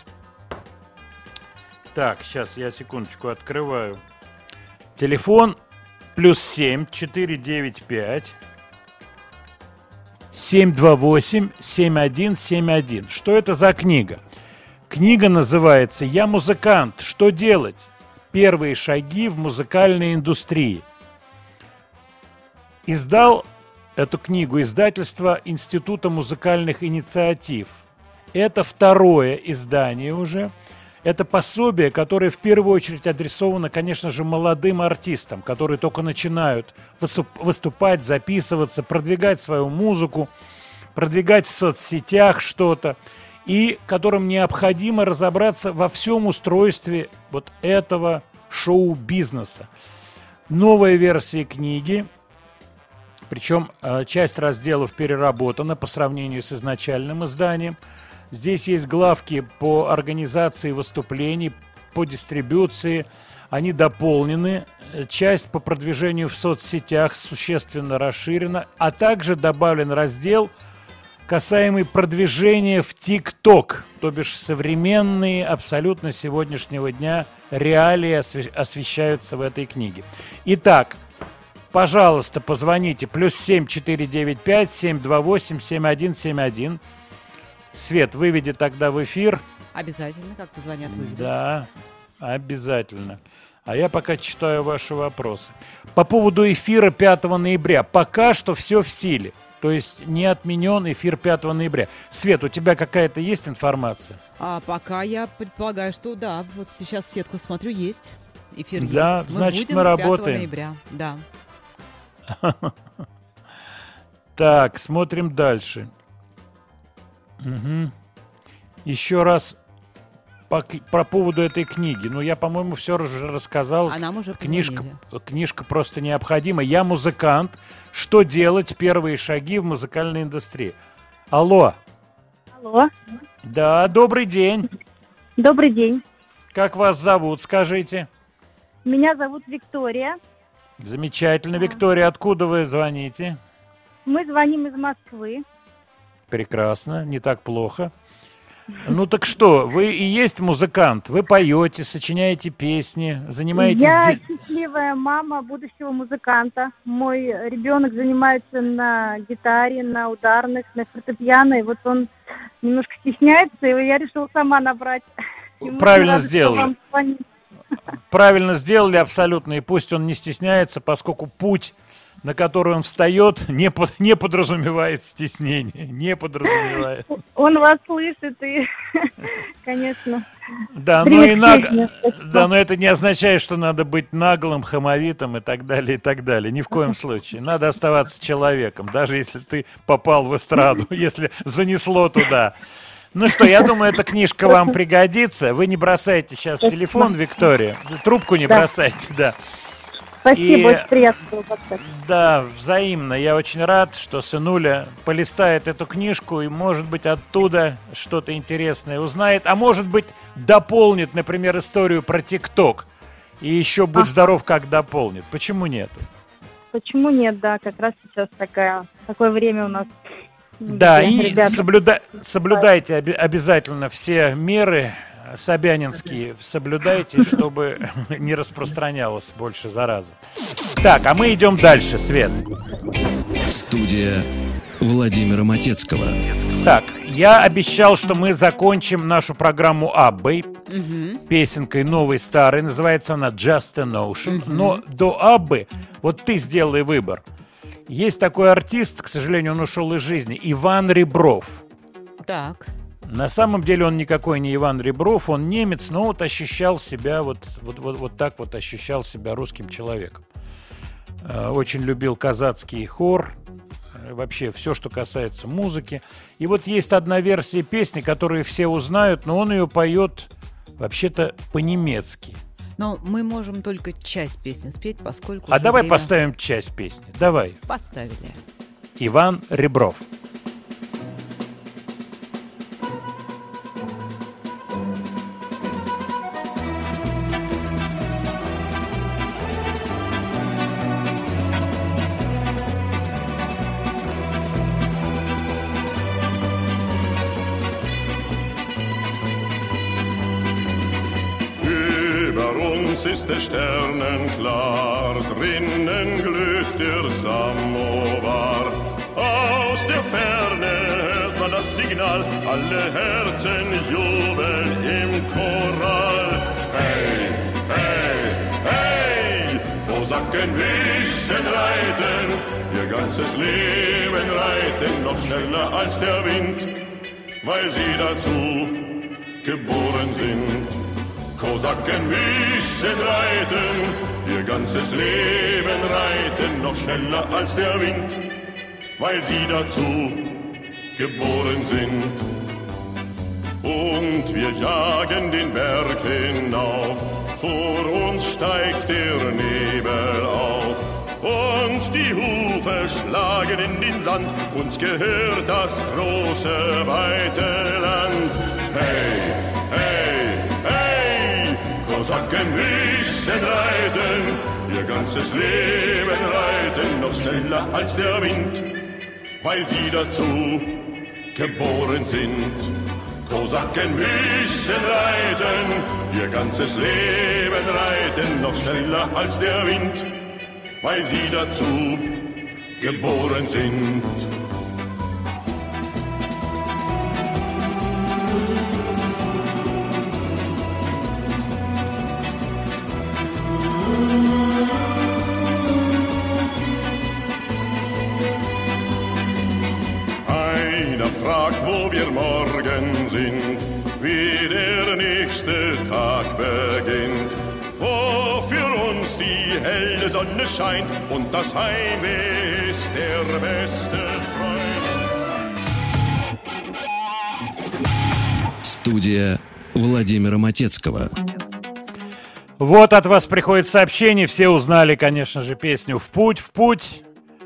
Так, сейчас я секундочку открываю. Телефон плюс семь четыре девять пять семь два восемь семь один семь один. Что это за книга? Книга называется «Я музыкант. Что делать? Первые шаги в музыкальной индустрии». Издал эту книгу издательство Института музыкальных инициатив. Это второе издание уже. Это пособие, которое в первую очередь адресовано, конечно же, молодым артистам, которые только начинают выступать, записываться, продвигать свою музыку, продвигать в соцсетях что-то, и которым необходимо разобраться во всем устройстве вот этого шоу-бизнеса. Новая версия книги, причем часть разделов переработана по сравнению с изначальным изданием. Здесь есть главки по организации выступлений, по дистрибуции. Они дополнены. Часть по продвижению в соцсетях существенно расширена. А также добавлен раздел, касаемый продвижения в ТикТок. То бишь современные, абсолютно сегодняшнего дня реалии освещаются в этой книге. Итак, пожалуйста, позвоните. Плюс семь четыре девять пять семь два восемь семь один семь один. Свет, выведи тогда в эфир. Обязательно, как позвонят, выведут. Да, обязательно. А я пока читаю ваши вопросы. По поводу эфира пятого ноября. Пока что все в силе. То есть не отменен эфир пятого ноября. Свет, у тебя какая-то есть информация? А пока я предполагаю, что да. Вот сейчас сетку смотрю, есть. Эфир да, есть. Мы значит, будем мы работаем. пятого ноября, да. Так, смотрим дальше. Угу. Еще раз по, по поводу этой книги. Ну, я, по-моему, все уже рассказал. А нам уже книжка, книжка просто необходима. Я музыкант. Что делать? Первые шаги в музыкальной индустрии. Алло. Алло. Да, добрый день. Добрый день. Как вас зовут, скажите? Меня зовут Виктория. Замечательно, Виктория. Откуда вы звоните? Мы звоним из Москвы. Прекрасно, не так плохо. Ну так что, вы и есть музыкант, вы поете, сочиняете песни, занимаетесь... Я счастливая мама будущего музыканта. Мой ребенок занимается на гитаре, на ударных, на фортепиано, и вот он немножко стесняется, и я решила сама набрать. Правильно сделали. Правильно сделали абсолютно, и пусть он не стесняется, поскольку путь, на который он встает, не, под, не подразумевает стеснение, не подразумевает. Он вас слышит и, конечно. Да, но и наг... да, но это не означает, что надо быть наглым, хамовитым и так далее, и так далее. Ни в коем случае. Надо оставаться человеком, даже если ты попал в эстраду, если занесло туда. Ну что, я думаю, эта книжка вам пригодится. Вы не бросайте сейчас телефон, Виктория. Трубку не да. бросайте, да. Спасибо, и, очень приятно. Да, взаимно. Я очень рад, что сынуля полистает эту книжку и, может быть, оттуда что-то интересное узнает. А может быть, дополнит, например, историю про ТикТок. И еще будь а. здоров, как дополнит. Почему нет? Почему нет, да. Как раз сейчас такая, такое время у нас. Да, и соблюда... соблюдайте оби- обязательно все меры собянинские, соблюдайте, чтобы не распространялась больше зараза. Так, а мы идем дальше, Свет. Студия Владимира Матецкого. Так, я обещал, что мы закончим нашу программу Аббой, угу. песенкой новой, старой, называется она Just a Notion. Угу. Но до Аббы, вот ты сделай выбор. Есть такой артист, к сожалению, он ушел из жизни, Иван Ребров. Так. На самом деле он никакой не Иван Ребров, он немец, но вот ощущал себя, вот, вот, вот, вот так вот ощущал себя русским человеком. Очень любил казацкий хор, вообще все, что касается музыки. И вот есть одна версия песни, которую все узнают, но он ее поет вообще-то по-немецки. Но мы можем только часть песни спеть, поскольку... А давай время... поставим часть песни. Давай. Поставили. Иван Ребров. Ist der Sternenklar, drinnen glüht der Samovar. Aus der Ferne hört man das Signal, alle Herzen jubeln im Choral. Hey, hey, hey, Kosaken müssen reiten, ihr ganzes Leben reiten, noch schneller als der Wind, weil sie dazu geboren sind. Kosaken müssen reiten, ihr ganzes Leben reiten, noch schneller als der Wind, weil sie dazu geboren sind. Und wir jagen den Berg hinauf, vor uns steigt der Nebel auf. Und die Hufe schlagen in den Sand, uns gehört das große, weite Land. Hey, hey, hey, Kosaken müssen reiten, ihr ganzes Leben reiten, noch schneller als der Wind, weil sie dazu geboren sind. Kosaken müssen reiten, ihr ganzes Leben reiten, noch schneller als der Wind, weil sie dazu geboren sind. Einer fragt, wo wir morgen sind, wie der nächste Tag beginnt, wo für uns die helle Sonne scheint und das Heimweh ist der beste Freund. Студия Владимира Матецкого. Вот от вас приходит сообщение, все узнали, конечно же, песню «В путь, в путь».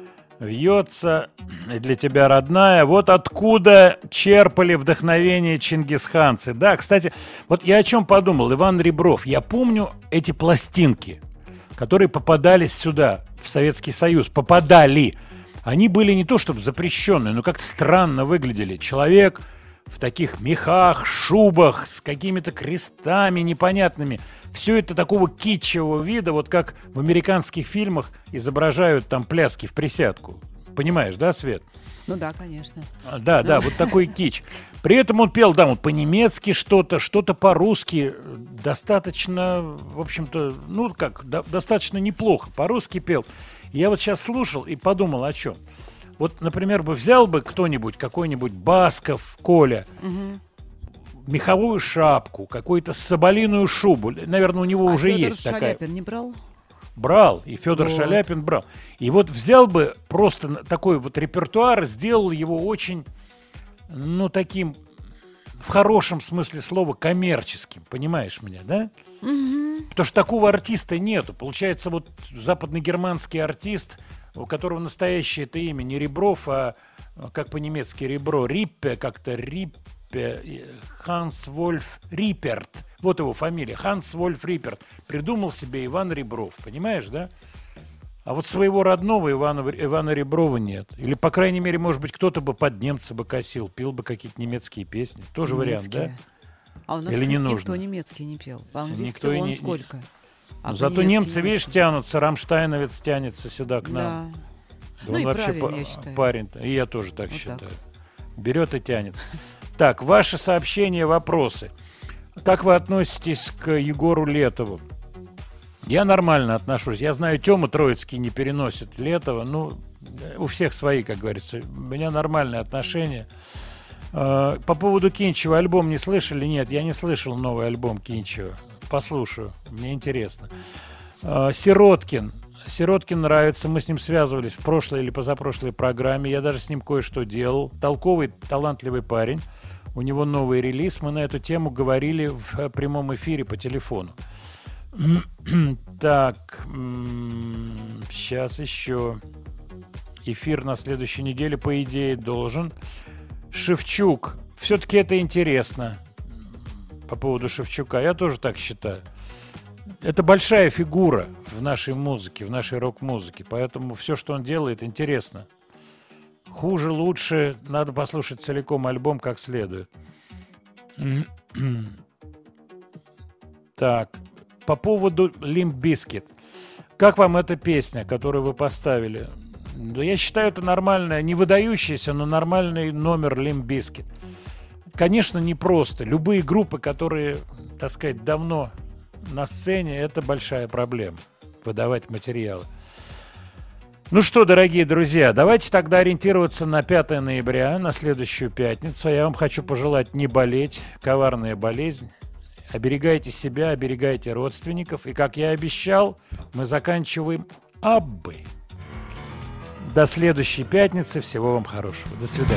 Вьется для тебя родная. Вот откуда черпали вдохновение чингисханцы. Да, кстати, вот я о чем подумал, Иван Ребров. Я помню эти пластинки, которые попадались сюда, в Советский Союз. Попадали. Они были не то чтобы запрещенные, но как-то странно выглядели. Человек в таких мехах, шубах, с какими-то крестами непонятными. Все это такого китчевого вида, вот как в американских фильмах изображают там пляски в присядку. Понимаешь, да, Свет? Ну да, конечно. Да, да, вот такой кич. При этом он пел, да, вот по-немецки что-то, что-то по-русски. Достаточно, в общем-то, ну как, до, достаточно неплохо по-русски пел. Я вот сейчас слушал и подумал о чем. Вот, например, бы взял бы кто-нибудь, какой-нибудь Басков, Коля, угу. меховую шапку, какую-то соболиную шубу. Наверное, у него а уже Федор есть Шаляпин такая. Шаляпин не брал? Брал, и Федор вот. Шаляпин брал. И вот взял бы просто такой вот репертуар, сделал его очень, ну, таким, в хорошем смысле слова, коммерческим. Понимаешь меня, да? Угу. Потому что такого артиста нету. Получается, вот западногерманский артист, у которого настоящее это имя не Ребров, а как по-немецки Ребро, Риппе, как-то Риппе, Ханс Вольф Рипперт. Вот его фамилия, Ханс Вольф Рипперт. Придумал себе Иван Ребров, понимаешь, да? А вот своего родного Ивана, Ивана Реброва нет. Или, по крайней мере, может быть, кто-то бы под немца бы косил, пил бы какие-то немецкие песни. Тоже вариант, да? А у нас Или не никто нужно? немецкий не пел. По-английски Никто он не... сколько? А Зато немцы, видишь, тянутся, Рамштайновец тянется сюда к нам. Да. Да Ну он и вообще правильно, па- я считаю. парень. И я тоже так Вот считаю. так. Берет и тянется. Так, ваши сообщения, вопросы. Как вы относитесь к Егору Летову? Я нормально отношусь. Я знаю, Тёма Троицкий не переносит Летова. Ну, у всех свои, как говорится. У меня нормальные отношения. По поводу Кинчева, альбом не слышали? Нет, я не слышал новый альбом Кинчева. Послушаю, мне интересно. Сироткин. Сироткин нравится, мы с ним связывались в прошлой или позапрошлой программе. Я даже с ним кое-что делал. Толковый, талантливый парень. У него новый релиз. Мы на эту тему говорили в прямом эфире по телефону. Так, сейчас еще. Эфир на следующей неделе, по идее, должен. Шевчук. Все-таки это интересно. По поводу Шевчука. Я тоже так считаю. Это большая фигура в нашей музыке, в нашей рок-музыке. Поэтому все, что он делает, интересно. Хуже, лучше. Надо послушать целиком альбом как следует. Так. По поводу Limp Bizkit. Как вам эта песня, которую вы поставили? Я считаю, это нормальная, не выдающийся, но нормальный номер Limp Bizkit. Конечно, непросто. Любые группы, которые, так сказать, давно на сцене, это большая проблема. Выдавать материалы. Ну что, дорогие друзья, давайте тогда ориентироваться на пятое ноября, на следующую пятницу. Я вам хочу пожелать не болеть. Коварная болезнь. Оберегайте себя, оберегайте родственников. И, как я обещал, мы заканчиваем Аббы. До следующей пятницы. Всего вам хорошего. До свидания.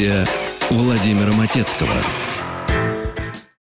Студия Владимира Матецкого.